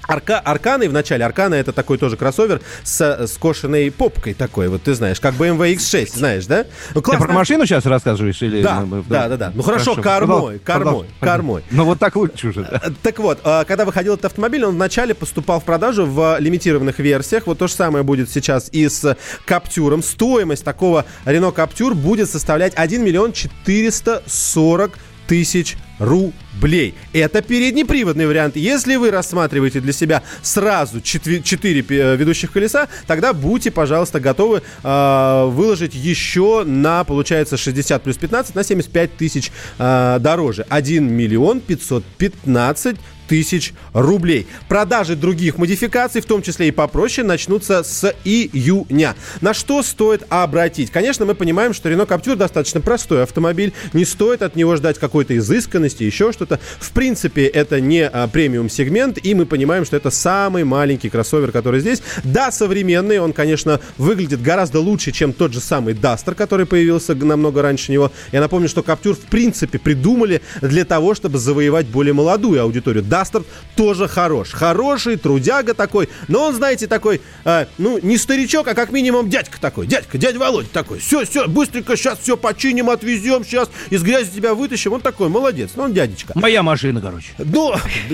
Арка, Арканой в начале. Аркана — это такой тоже кроссовер с скошенной попкой такой, вот ты знаешь, как бэ эм вэ икс шесть, знаешь, да? Ну, ты про машину сейчас рассказываешь? Или... Да, да, да, да. Ну хорошо, хорошо. кормой, кормой, кормой. Ну вот так лучше уже. Да. Так вот, когда выходил этот автомобиль, он вначале поступал в продажу в лимитированных версиях. Вот то же самое будет сейчас и с Каптюром. Стоимость такого Renault Каптюр будет составлять один миллион четыреста сорок тысяч рублей. Это переднеприводный вариант. Если вы рассматриваете для себя сразу четыре ведущих колеса, тогда будьте, пожалуйста, готовы э, выложить еще на, получается, шестьдесят плюс пятнадцать, на семьдесят пять тысяч э, дороже. один миллион пятьсот пятнадцать тысяч рублей. Продажи других модификаций, в том числе и попроще, начнутся с июня. На что стоит обратить? Конечно, мы понимаем, что Renault Captur достаточно простой автомобиль, не стоит от него ждать какой-то изысканности, еще что-то. В принципе, это не а, премиум-сегмент, и мы понимаем, что это самый маленький кроссовер, который здесь. Да, современный, он, конечно, выглядит гораздо лучше, чем тот же самый Duster, который появился намного раньше него. Я напомню, что Captur, в принципе, придумали для того, чтобы завоевать более молодую аудиторию. Дастер тоже хорош. Хороший, трудяга такой. Но он, знаете, такой, э, ну, не старичок, а как минимум дядька такой. Дядька, дядя Володя такой. Все, все, быстренько сейчас все починим, отвезем, сейчас из грязи тебя вытащим. Он такой, молодец. Ну, он дядечка. Моя машина, короче. Ну,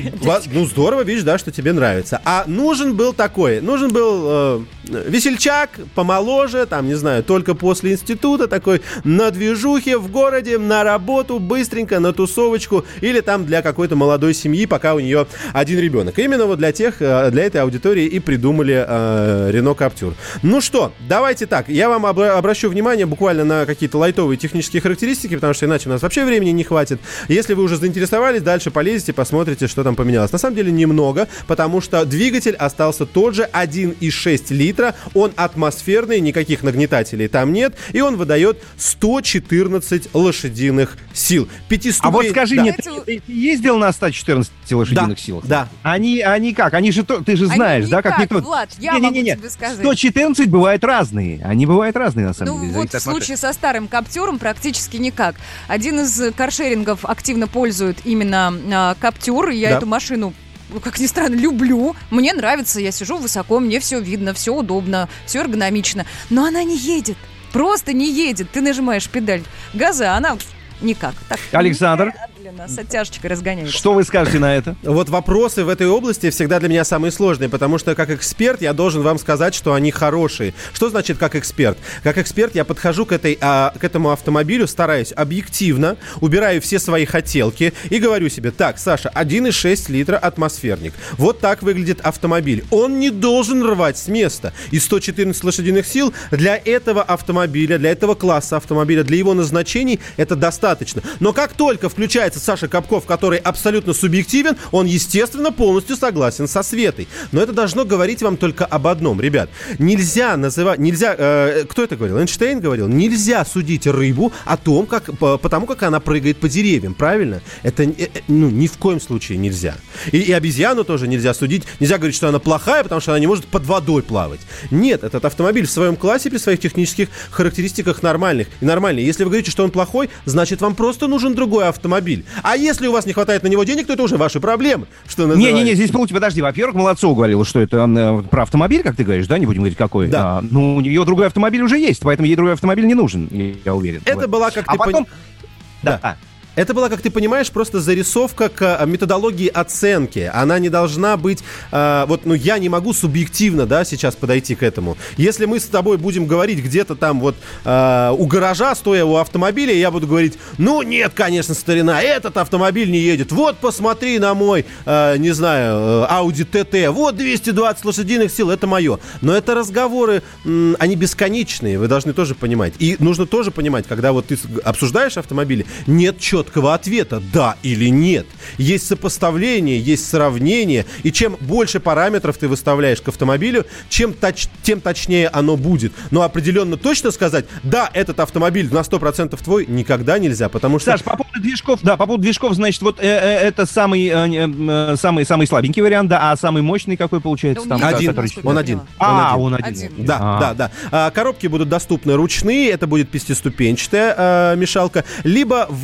ну здорово, видишь, да, что тебе нравится. А нужен был такой, нужен был э, весельчак, помоложе, там, не знаю, только после института, такой на движухе в городе, на работу, быстренько, на тусовочку, или там для какой-то молодой семьи, пока у нее один ребенок. Именно вот для тех, для этой аудитории и придумали э, Renault Captur. Ну что, давайте так, я вам обра- обращу внимание буквально на какие-то лайтовые технические характеристики, потому что иначе у нас вообще времени не хватит. Если вы уже заинтересовались, дальше полезете, посмотрите, что там поменялось. На самом деле немного, потому что двигатель остался тот же, один и шесть литра, он атмосферный, никаких нагнетателей там нет, и он выдает сто четырнадцать лошадиных сил. Пятиступень... А вот скажи да. мне, ты, ты ездил на сто четырнадцать лошадиных да, силах? Да. Они, они как? Они же, ты же знаешь, они да? Как никто... Влад, я не, могу не, не, не. тебе сказать. сто четырнадцать бывают разные. Они бывают разные, на самом ну, деле. Ну вот в случае со старым Каптюром практически никак. Один из каршерингов активно пользует именно а, Каптюр. Я да. эту машину, как ни странно, люблю. Мне нравится, я сижу высоко, мне все видно, все удобно, все эргономично. Но она не едет. Просто не едет. Ты нажимаешь педаль газа, а она никак. Так, Александр? С оттяжечкой разгоняется. Что вы скажете на это? Вот вопросы в этой области всегда для меня самые сложные, потому что как эксперт я должен вам сказать, что они хорошие. Что значит как эксперт? Как эксперт я подхожу к, этой, а, к этому автомобилю, стараюсь объективно, убираю все свои хотелки и говорю себе: так, Саша, один и шесть литра атмосферник. Вот так выглядит автомобиль. Он не должен рвать с места. И сто четырнадцать лошадиных сил для этого автомобиля, для этого класса автомобиля, для его назначений это достаточно. Но как только включается Саша Капков, который абсолютно субъективен, он, естественно, полностью согласен со Светой. Но это должно говорить вам только об одном, ребят. Нельзя называть, нельзя, э, кто это говорил? Эйнштейн говорил, нельзя судить рыбу о том, как, по, по тому, как она прыгает по деревьям, правильно? Это, э, ну, ни в коем случае нельзя. И, и обезьяну тоже нельзя судить, нельзя говорить, что она плохая, потому что она не может под водой плавать. Нет, этот автомобиль в своем классе, при своих технических характеристиках нормальных и нормальный. Если вы говорите, что он плохой, значит, вам просто нужен другой автомобиль. А если у вас не хватает на него денег, то это уже ваши проблемы. Не-не-не, здесь, подожди, во-первых, Молодцов говорил, что это э, про автомобиль, как ты говоришь, да, не будем говорить какой. Да. А, ну, у нее другой автомобиль уже есть, поэтому ей другой автомобиль не нужен, я уверен. Это была, как а ты потом... пон... Да. да. Это была, как ты понимаешь, просто зарисовка к методологии оценки. Она не должна быть... Э, вот, ну, я не могу субъективно, да, сейчас подойти к этому. Если мы с тобой будем говорить где-то там вот э, у гаража, стоя у автомобиля, я буду говорить: ну, нет, конечно, старина, этот автомобиль не едет. Вот, посмотри на мой, э, не знаю, Audi ти ти. Вот двести двадцать лошадиных сил, это мое. Но это разговоры, м, они бесконечные, вы должны тоже понимать. И нужно тоже понимать, когда вот ты обсуждаешь автомобили, нет четкого ответа, да или нет. Есть сопоставление, есть сравнение, и чем больше параметров ты выставляешь к автомобилю, чем точ, тем точнее оно будет. Но определенно точно сказать: да, этот автомобиль на сто процентов твой, никогда нельзя, потому что... Саш, по поводу движков, да, по поводу движков, значит, вот э, э, это самый, э, э, самый, самый слабенький вариант, да, а самый мощный какой получается? Там, один, который... он один. А, он один. Он один. Да, А-а-а. да, да. А, коробки будут доступны ручные, это будет пятиступенчатая а, мешалка, либо вариатор.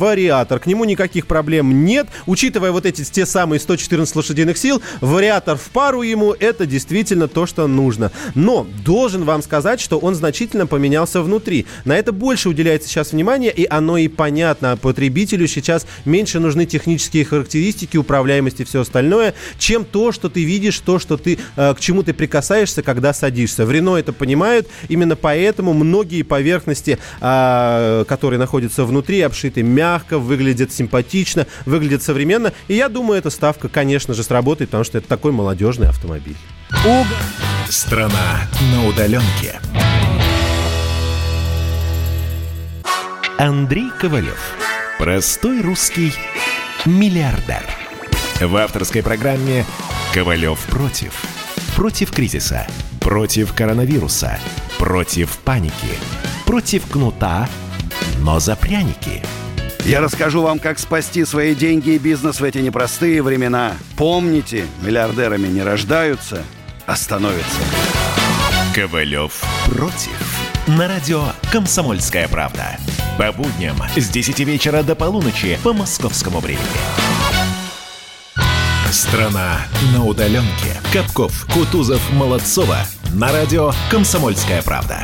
аккумулятор, к нему никаких проблем нет. Учитывая вот эти те самые сто четырнадцать лошадиных сил, вариатор в пару ему — это действительно то, что нужно. Но должен вам сказать, что он значительно поменялся внутри. На это больше уделяется сейчас внимания, и оно и понятно. Потребителю сейчас меньше нужны технические характеристики, управляемость и все остальное, чем то, что ты видишь, то, что ты, э, к чему ты прикасаешься, когда садишься. В Рено это понимают, именно поэтому многие поверхности, э, которые находятся внутри, обшиты мягко, выглядят симпатично, выглядят современно. И я думаю, эта ставка, конечно же, сработает, потому что это такой молодежный автомобиль. Страна на удаленке. Андрей Ковалев. Простой русский миллиардер. В авторской программе «Ковалев против». Против кризиса, против коронавируса, против паники, против кнута, но за пряники. Я расскажу вам, как спасти свои деньги и бизнес в эти непростые времена. Помните, миллиардерами не рождаются, а становятся. Ковалев против. На радио «Комсомольская правда». По будням с десяти вечера до полуночи по московскому времени. Страна на удаленке. Капков, Кутузов, Молодцова. На радио «Комсомольская правда».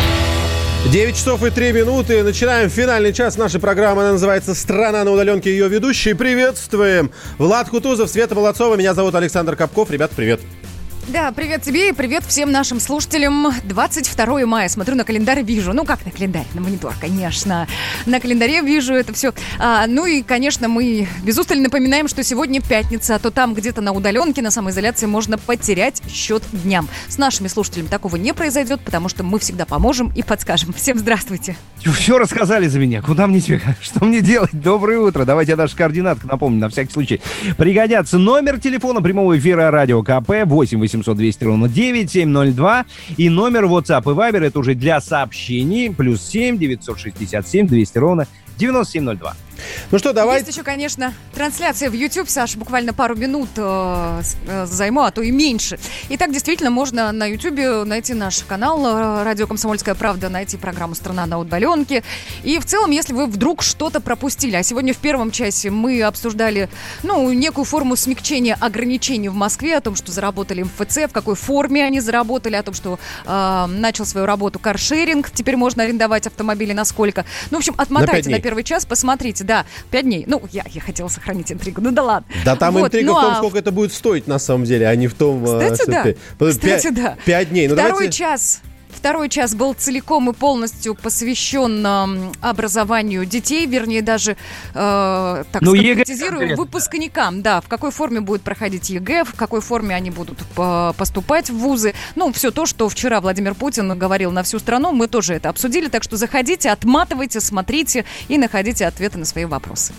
девять часов и три минуты. Начинаем финальный час нашей программы. Она называется «Страна на удаленке». Ее ведущие. Приветствуем. Влад Кутузов, Света Молодцова. Меня зовут Александр Капков. Ребят, привет. Да, привет тебе и привет всем нашим слушателям. двадцать второе мая. Смотрю на календарь, вижу. Ну, как на календарь? На монитор, конечно. На календаре вижу это все. А, ну и, конечно, мы без устали напоминаем, что сегодня пятница, а то там где-то на удаленке, на самоизоляции можно потерять счет дням. С нашими слушателями такого не произойдет, потому что мы всегда поможем и подскажем. Всем здравствуйте. Все рассказали за меня. Куда мне тебе? Что мне делать? Доброе утро. Давайте я даже координатку напомню, на всякий случай. Пригодятся. Номер телефона прямого эфира радио КП восемь восемьсот двести ровно девять семь ноль два. И номер WhatsApp и Viber — это уже для сообщений. Плюс семь девятьсот шестьдесят семь двести ровно девяносто семь ноль два. Ну что, давай. Есть еще, конечно, трансляция в YouTube, Саша, буквально пару минут э, займу, а то и меньше. И так действительно можно на YouTube найти наш канал э, «Радио Комсомольская правда», найти программу «Страна на удаленке». И в целом, если вы вдруг что-то пропустили, а сегодня в первом часе мы обсуждали, ну, некую форму смягчения ограничений в Москве, о том, что заработали эм эф цэ, в какой форме они заработали, о том, что э, начал свою работу каршеринг, теперь можно арендовать автомобили на сколько. Ну, в общем, отмотайте на, на первый час, посмотрите. Да, пять дней. Ну, я, я хотела сохранить интригу. Ну да ладно. Да там вот, интрига ну, в том, а... сколько это будет стоить на самом деле, а не в том... Кстати, да. Ты... Кстати, пять, да. Пять дней. Ну, Второй давайте... час... Второй час был целиком и полностью посвящен э, образованию детей, вернее, даже, э, так ну, конкретизирую, выпускникам, да, в какой форме будет проходить ЕГЭ, в какой форме они будут по- поступать в вузы. Ну, все то, что вчера Владимир Путин говорил на всю страну, мы тоже это обсудили, так что заходите, отматывайте, смотрите и находите ответы на свои вопросы.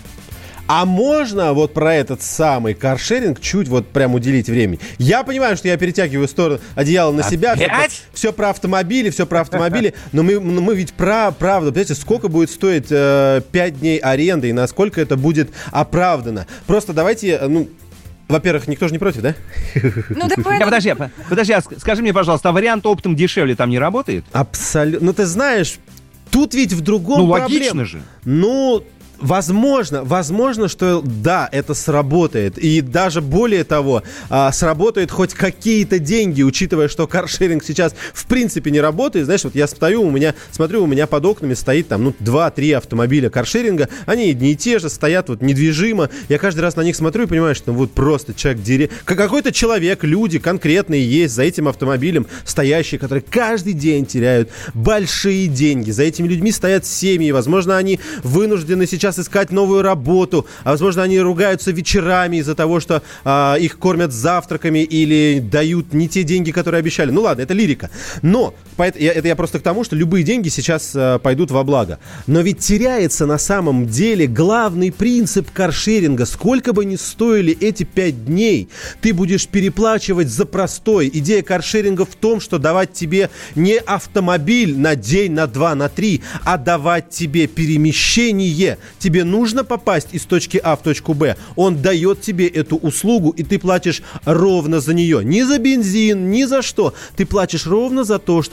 А можно вот про этот самый каршеринг чуть вот прям уделить времени? Я понимаю, что я перетягиваю сторону одеяла на себя. Все, все про автомобили, все про автомобили. Но мы, мы ведь про, правда, понимаете, сколько будет стоить э, пять дней аренды и насколько это будет оправдано? Просто давайте, ну... Во-первых, никто же не против, да? Ну, давай. Я, подожди, подожди, скажи мне, пожалуйста, а вариант оптом дешевле там не работает? Абсолютно. Ну, ты знаешь, тут ведь в другом Ну, проблема. логично же. Ну... Возможно, возможно, что да, это сработает. И даже более того, а, сработает хоть какие-то деньги, учитывая, что каршеринг сейчас в принципе не работает. Знаешь, вот я стою, у меня, смотрю, у меня под окнами стоит там, ну, два-три автомобиля каршеринга. Они одни и те же, стоят вот недвижимо. Я каждый раз на них смотрю и понимаю, что ну, вот просто человек дере... Какой-то человек, люди конкретные есть за этим автомобилем, стоящие, которые каждый день теряют большие деньги. За этими людьми стоят семьи. Возможно, они вынуждены сейчас искать новую работу, а возможно, они ругаются вечерами из-за того, что а, их кормят завтраками или дают не те деньги, которые обещали. Ну ладно, это лирика. Но это я, это я просто к тому, что любые деньги сейчас а, пойдут во благо. Но ведь теряется на самом деле главный принцип каршеринга. Сколько бы ни стоили эти пять дней, ты будешь переплачивать за простой. Идея каршеринга в том, что давать тебе не автомобиль на день, на два, на три, а давать тебе перемещение. Тебе нужно попасть из точки А в точку Б. Он дает тебе эту услугу, и ты платишь ровно за нее. Ни за бензин, ни за что. Ты платишь ровно за то, чтобы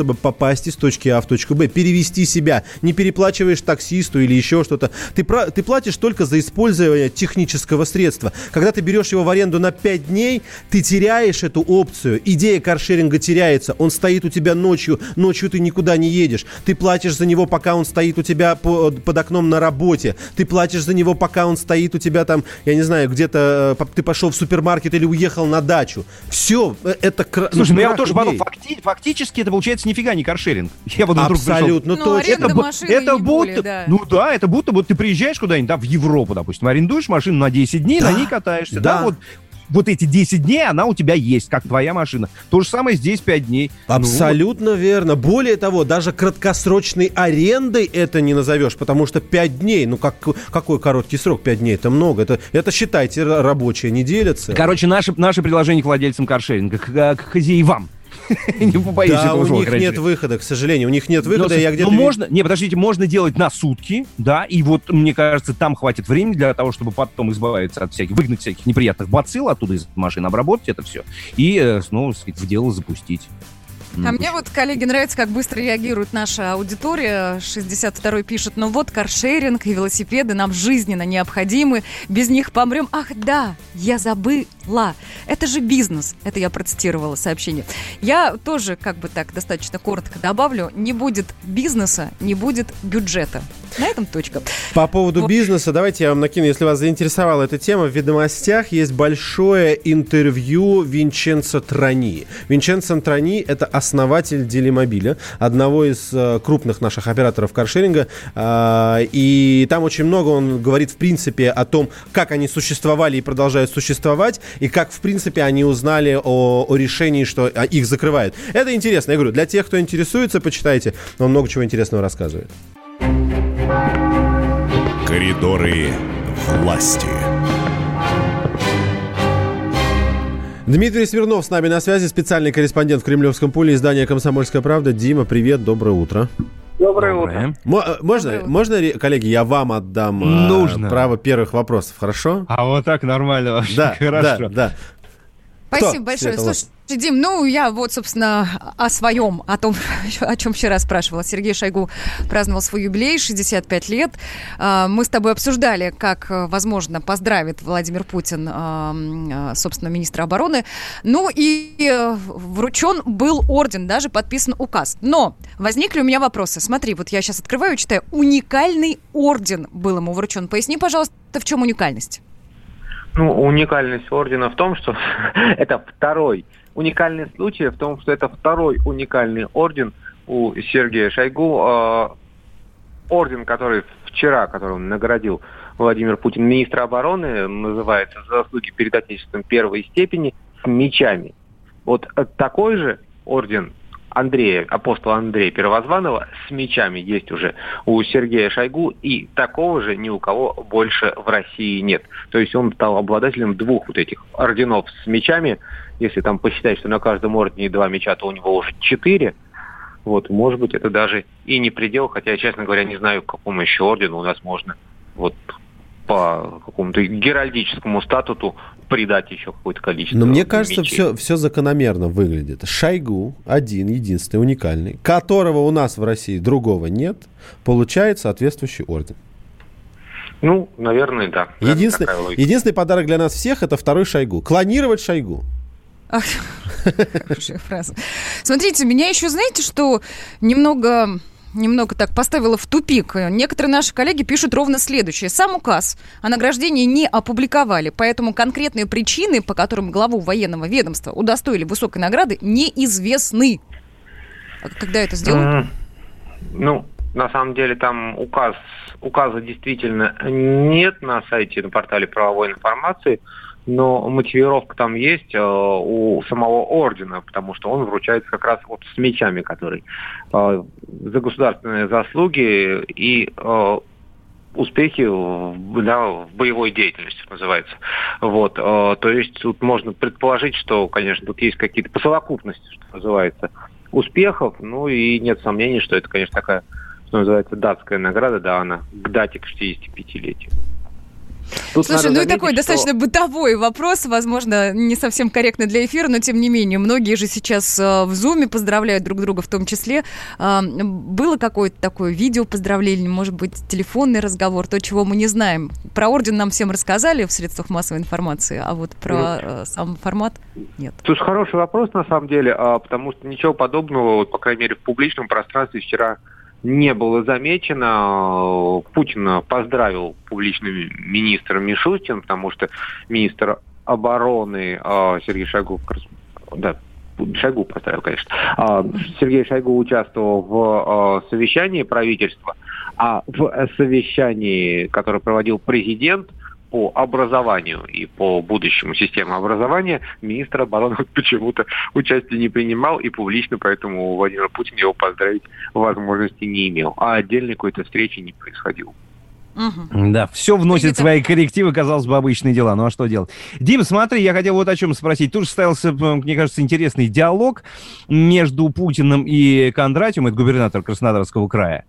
чтобы попасть из точки А в точку Б, перевести себя. Не переплачиваешь таксисту или еще что-то. Ты, про, ты платишь только за использование технического средства. Когда ты берешь его в аренду на пять дней, ты теряешь эту опцию. Идея каршеринга теряется. Он стоит у тебя ночью. Ночью ты никуда не едешь. Ты платишь за него, пока он стоит у тебя по, под окном на работе. Ты платишь за него, пока он стоит у тебя там, я не знаю, где-то ты пошел в супермаркет или уехал на дачу. Все, это... Слушай, ну я вот тоже подумал, факти- фактически это получается нифига не каршеринг. Я вот вдруг абсолютно пришел. точно. Это, машины это не будто, более, да. ну да, это будто вот ты приезжаешь куда-нибудь, да, в Европу, допустим, арендуешь машину на десять дней, да. на ней катаешься, да, да вот. Вот эти десять дней она у тебя есть, как твоя машина. То же самое здесь пять дней. Абсолютно ну, верно. Более того, даже краткосрочной арендой это не назовешь, потому что пять дней, ну как, какой короткий срок, пять дней, это много. Это, это считайте, рабочая неделя целая. Короче, наше, наше предложение к владельцам каршеринга, к, к хозяевам. Не побоюсь да, этого у слова, них нет конечно. выхода, к сожалению. У них нет выхода. Но, я где-то... но можно... Не, подождите, можно делать на сутки, да, и вот, мне кажется, там хватит времени для того, чтобы потом избавиться от всяких, выгнать всяких неприятных бацилл оттуда из машины, обработать это все и снова, так сказать, в дело запустить. А мне вот, коллеги, нравится, как быстро реагирует наша аудитория. шестьдесят второй пишет: ну вот, каршеринг и велосипеды нам жизненно необходимы. Без них помрем. Ах, да, я забыла. Это же бизнес. Это я процитировала сообщение. Я тоже, как бы так, достаточно коротко добавлю. Не будет бизнеса, не будет бюджета. На этом точка. По поводу вот. бизнеса, давайте я вам накину, если вас заинтересовала эта тема, в «Ведомостях» есть большое интервью Винченцо Трони. Винченцо Трони – это основатель Делимобиля, одного из э, крупных наших операторов каршеринга, э, и там очень много он говорит, в принципе, о том, как они существовали и продолжают существовать, и как, в принципе, они узнали о, о решении, что их закрывают. Это интересно. Я говорю, для тех, кто интересуется, почитайте, он много чего интересного рассказывает. Коридоры власти. Дмитрий Смирнов с нами на связи, специальный корреспондент в Кремлевском поле издания «Комсомольская правда». Дима, привет, доброе утро. Доброе утро. М- можно, доброе можно, утро. Коллеги, я вам отдам Нужно. А, право первых вопросов, хорошо? А вот так нормально вообще, да, хорошо. Да, да. Спасибо Кто? большое. Света, Слушай, Дим, ну я вот, собственно, о своем, о том, о чем вчера спрашивала. Сергей Шойгу праздновал свой юбилей, шестьдесят пять лет. Мы с тобой обсуждали, как, возможно, поздравит Владимир Путин, собственно, министра обороны. Ну и вручен был орден, даже подписан указ. Но возникли у меня вопросы. Смотри, вот я сейчас открываю, читаю. Уникальный орден был ему вручен. Поясни, пожалуйста, в чем уникальность? Ну, уникальность ордена в том, что это второй. Уникальный случай в том, что это второй уникальный орден у Сергея Шойгу. Э, орден, который вчера, который он наградил Владимир Путин, министра обороны, называется «За заслуги перед Отечеством первой степени» с мечами. Вот такой же орден Андрея, апостола Андрея Первозванного с мечами есть уже у Сергея Шойгу, и такого же ни у кого больше в России нет. То есть он стал обладателем двух вот этих орденов с мечами. Если там посчитать, что на каждом ордене два меча, то у него уже четыре. Вот, может быть, это даже и не предел, хотя я, честно говоря, не знаю, к какому еще ордену у нас можно вот по какому-то геральдическому статуту придать еще какое-то количество. Но мне кажется, мечей. все, все закономерно выглядит. Шойгу один, единственный, уникальный, которого у нас в России другого нет, получает соответствующий орден. Ну, наверное, да. Единственный, единственный подарок для нас всех – это второй Шойгу. Клонировать Шойгу. Ах, хорошая фраза. Смотрите, меня еще, знаете, что немного... Немного так поставила в тупик. Некоторые наши коллеги пишут ровно следующее. Сам указ о награждении не опубликовали, поэтому конкретные причины, по которым главу военного ведомства удостоили высокой награды, неизвестны. А когда это сделают? Mm, ну, на самом деле там указ, указа действительно нет на сайте, на портале правовой информации, но мотивировка там есть э, у самого ордена, потому что он вручается как раз вот с мечами, который э, за государственные заслуги и э, успехи в, да, в боевой деятельности, называется. Вот, э, то есть тут можно предположить, что, конечно, тут есть какие-то по совокупности, что называется, успехов, ну и нет сомнений, что это, конечно, такая, что называется, датская награда, да, она к дате к шестидесятипятилетию. Тут Слушай, ну и заметить, такой что... достаточно бытовой вопрос, возможно, не совсем корректный для эфира, но тем не менее, многие же сейчас э, в Зуме поздравляют друг друга в том числе. Э, было какое-то такое видео поздравление, может быть, телефонный разговор, то, чего мы не знаем. Про орден нам всем рассказали в средствах массовой информации, а вот про э, сам формат нет. Слушай, хороший вопрос на самом деле, а, потому что ничего подобного, вот, по крайней мере, в публичном пространстве вчера не было замечено. Путин поздравил публичный министр Мишустин, потому что министр обороны э, Сергей Шойгу, да, Шойгу поставил, конечно, э, Сергей Шойгу участвовал в э, совещании правительства, а в совещании, которое проводил президент по образованию и по будущему системе образования, министр обороны почему-то участия не принимал и публично, поэтому Владимир Путин его поздравить возможности не имел. А отдельной какой-то встречи не происходило. Угу. Да, все вносит свои коррективы, казалось бы, обычные дела. Ну а что делать? Дим, смотри, я хотел вот о чем спросить. Тут же состоялся, мне кажется, интересный диалог между Путиным и Кондратьевым, это губернатор Краснодарского края.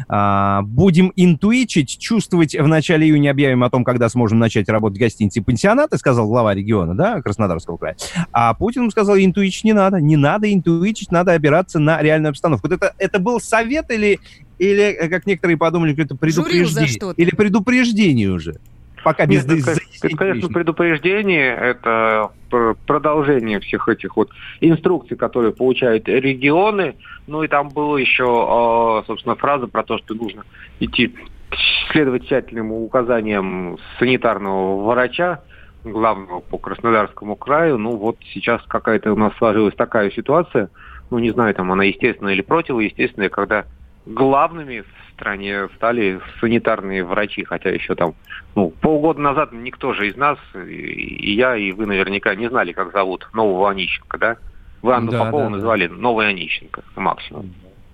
А, будем интуичить, чувствовать в начале июня объявим о том, когда сможем начать работать гостиницы и пансионаты, сказал глава региона, да, Краснодарского края. А Путин ему сказал, интуичить не надо, не надо интуичить, надо опираться на реальную обстановку. Вот это, это был совет или... Или, как некоторые подумали, это предупреждение? Или предупреждение уже? Пока без... Нет, это, это, конечно, предупреждение. Это продолжение всех этих вот инструкций, которые получают регионы. Ну и там была еще, собственно, фраза про то, что нужно идти следовать тщательным указаниям санитарного врача, главного по Краснодарскому краю. Ну вот сейчас какая-то у нас сложилась такая ситуация. Ну не знаю, там она естественная или противоестественная, когда главными в стране стали санитарные врачи, хотя еще там ну, полгода назад никто же из нас, и, и я, и вы наверняка не знали, как зовут нового Онищенко, да? Вы Анну да, Попову да, назвали да. Новый Онищенко, максимум.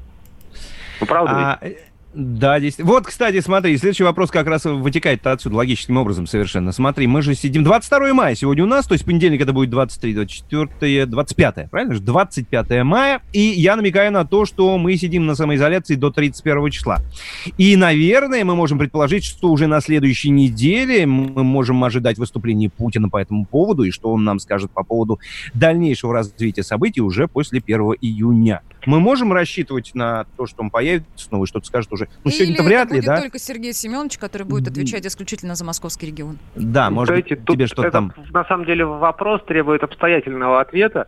Ну, правда а... ведь? Да, действительно. Вот, кстати, смотри, следующий вопрос как раз вытекает отсюда логическим образом совершенно. Смотри, мы же сидим... двадцать второго мая сегодня у нас, то есть понедельник это будет двадцать третье, двадцать четвёртое, двадцать пятое, правильно же? двадцать пятое мая, и я намекаю на то, что мы сидим на самоизоляции до тридцать первого числа. И, наверное, мы можем предположить, что уже на следующей неделе мы можем ожидать выступления Путина по этому поводу, и что он нам скажет по поводу дальнейшего развития событий уже после первого июня. Мы можем рассчитывать на то, что он появится снова и что-то скажет уже. Ну, сегодня-то вряд ли, да? Или только Сергей Семенович, который будет отвечать исключительно за московский регион. Да, может Знаете, быть, тебе что-то там... На самом деле вопрос требует обстоятельного ответа,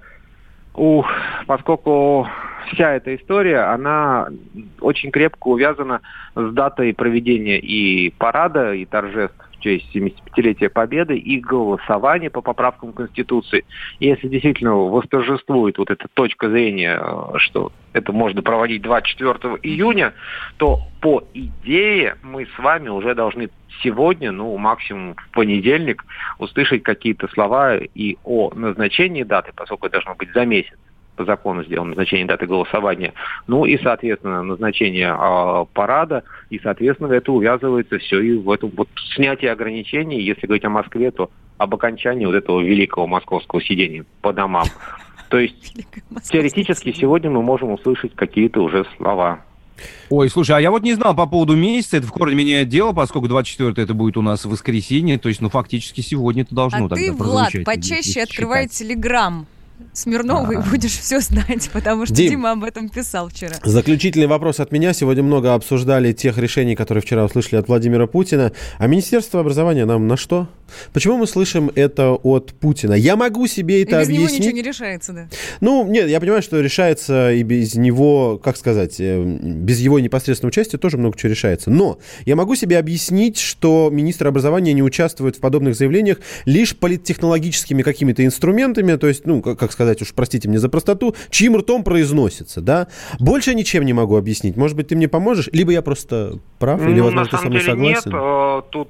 Ух, поскольку вся эта история, она очень крепко увязана с датой проведения и парада, и торжеств в честь семидесятипятилетия Победы, и голосования по поправкам Конституции. И если действительно восторжествует вот эта точка зрения, что это можно проводить двадцать четвёртого июня, то по идее мы с вами уже должны сегодня, ну максимум в понедельник, услышать какие-то слова и о назначении даты, поскольку это должно быть за месяц. По закону сделано назначение даты голосования, ну и, соответственно, назначение э, парада, и, соответственно, это увязывается все и в этом вот снятии ограничений, если говорить о Москве, то об окончании вот этого великого московского сидения по домам. То есть, теоретически, сегодня мы можем услышать какие-то уже слова. Ой, слушай, а я вот не знал по поводу месяца, это в корне меняет дело, поскольку двадцать четвёртое это будет у нас воскресенье, то есть, ну, фактически сегодня это должно а тогда ты, Влад, почаще открывай Телеграм Смирновой, А-а-а. будешь все знать, потому что Дим, Дима об этом писал вчера. Заключительный вопрос от меня. Сегодня много обсуждали тех решений, которые вчера услышали от Владимира Путина. А Министерство образования нам на что? Почему мы слышим это от Путина? Я могу себе это и без объяснить. Без него ничего не решается, да? Ну, нет, я понимаю, что решается и без него, как сказать, без его непосредственного участия тоже много чего решается. Но я могу себе объяснить, что министр образования не участвует в подобных заявлениях лишь политтехнологическими какими-то инструментами, то есть, ну, как, как сказать, уж простите мне за простоту, чьим ртом произносится, да? Больше ничем не могу объяснить. Может быть, ты мне поможешь? Либо я просто прав, ну, или, возможно, ты со мной согласен? Нет, тут...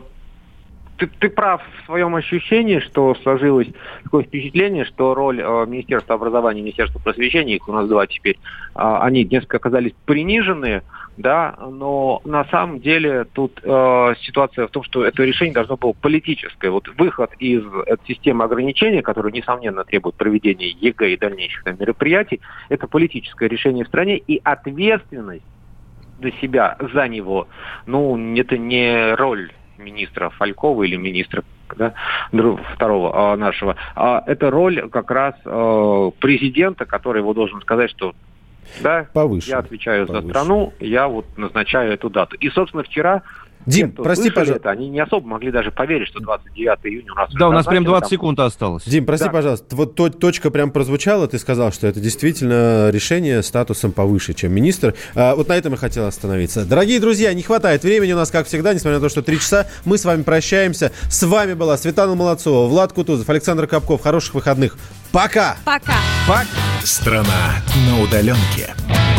Ты, ты прав в своем ощущении, что сложилось такое впечатление, что роль э, Министерства образования и Министерства просвещения, их у нас два теперь, э, они несколько оказались принижены, да, но на самом деле тут э, ситуация в том, что это решение должно было политическое. Вот выход из этой системы ограничений, которая, несомненно, требует проведения ЕГЭ и дальнейших там, мероприятий, это политическое решение в стране, и ответственность за себя, за него, ну, это не роль министра Фалькова или министра, да, второго нашего. Это роль как раз президента, который его должен сказать, что да, повыше, я отвечаю повыше. за страну, я вот назначаю эту дату. И, собственно, вчера Дим, те, кто прости, пожалуйста. Это, они не особо могли даже поверить, что двадцать девятого июня у нас... Да, у нас прям двадцать там... секунд осталось. Дим, прости, да. пожалуйста, вот точка прям прозвучала, ты сказал, что это действительно решение статусом повыше, чем министр. А, вот на этом я хотел остановиться. Дорогие друзья, не хватает времени у нас, как всегда, несмотря на то, что три часа, мы с вами прощаемся. С вами была Светлана Молодцова, Влад Кутузов, Александр Капков. Хороших выходных. Пока! Пока! Пока! Страна на удаленке.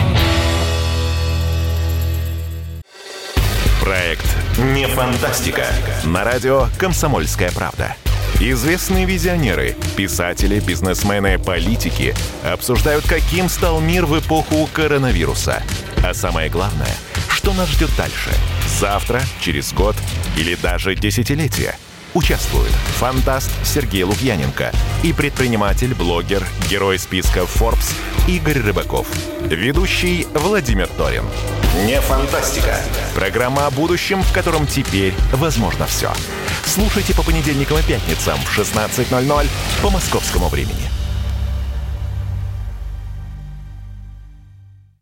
Проект «Не фантастика» на радио «Комсомольская правда». Известные визионеры, писатели, бизнесмены, политики обсуждают, каким стал мир в эпоху коронавируса. А самое главное, что нас ждет дальше? Завтра, через год или даже десятилетие? Участвуют фантаст Сергей Лукьяненко и предприниматель, блогер, герой списка Forbes Игорь Рыбаков. Ведущий Владимир Торин. Не фантастика. Программа о будущем, в котором теперь возможно все. Слушайте по понедельникам и пятницам в шестнадцать ноль ноль по московскому времени.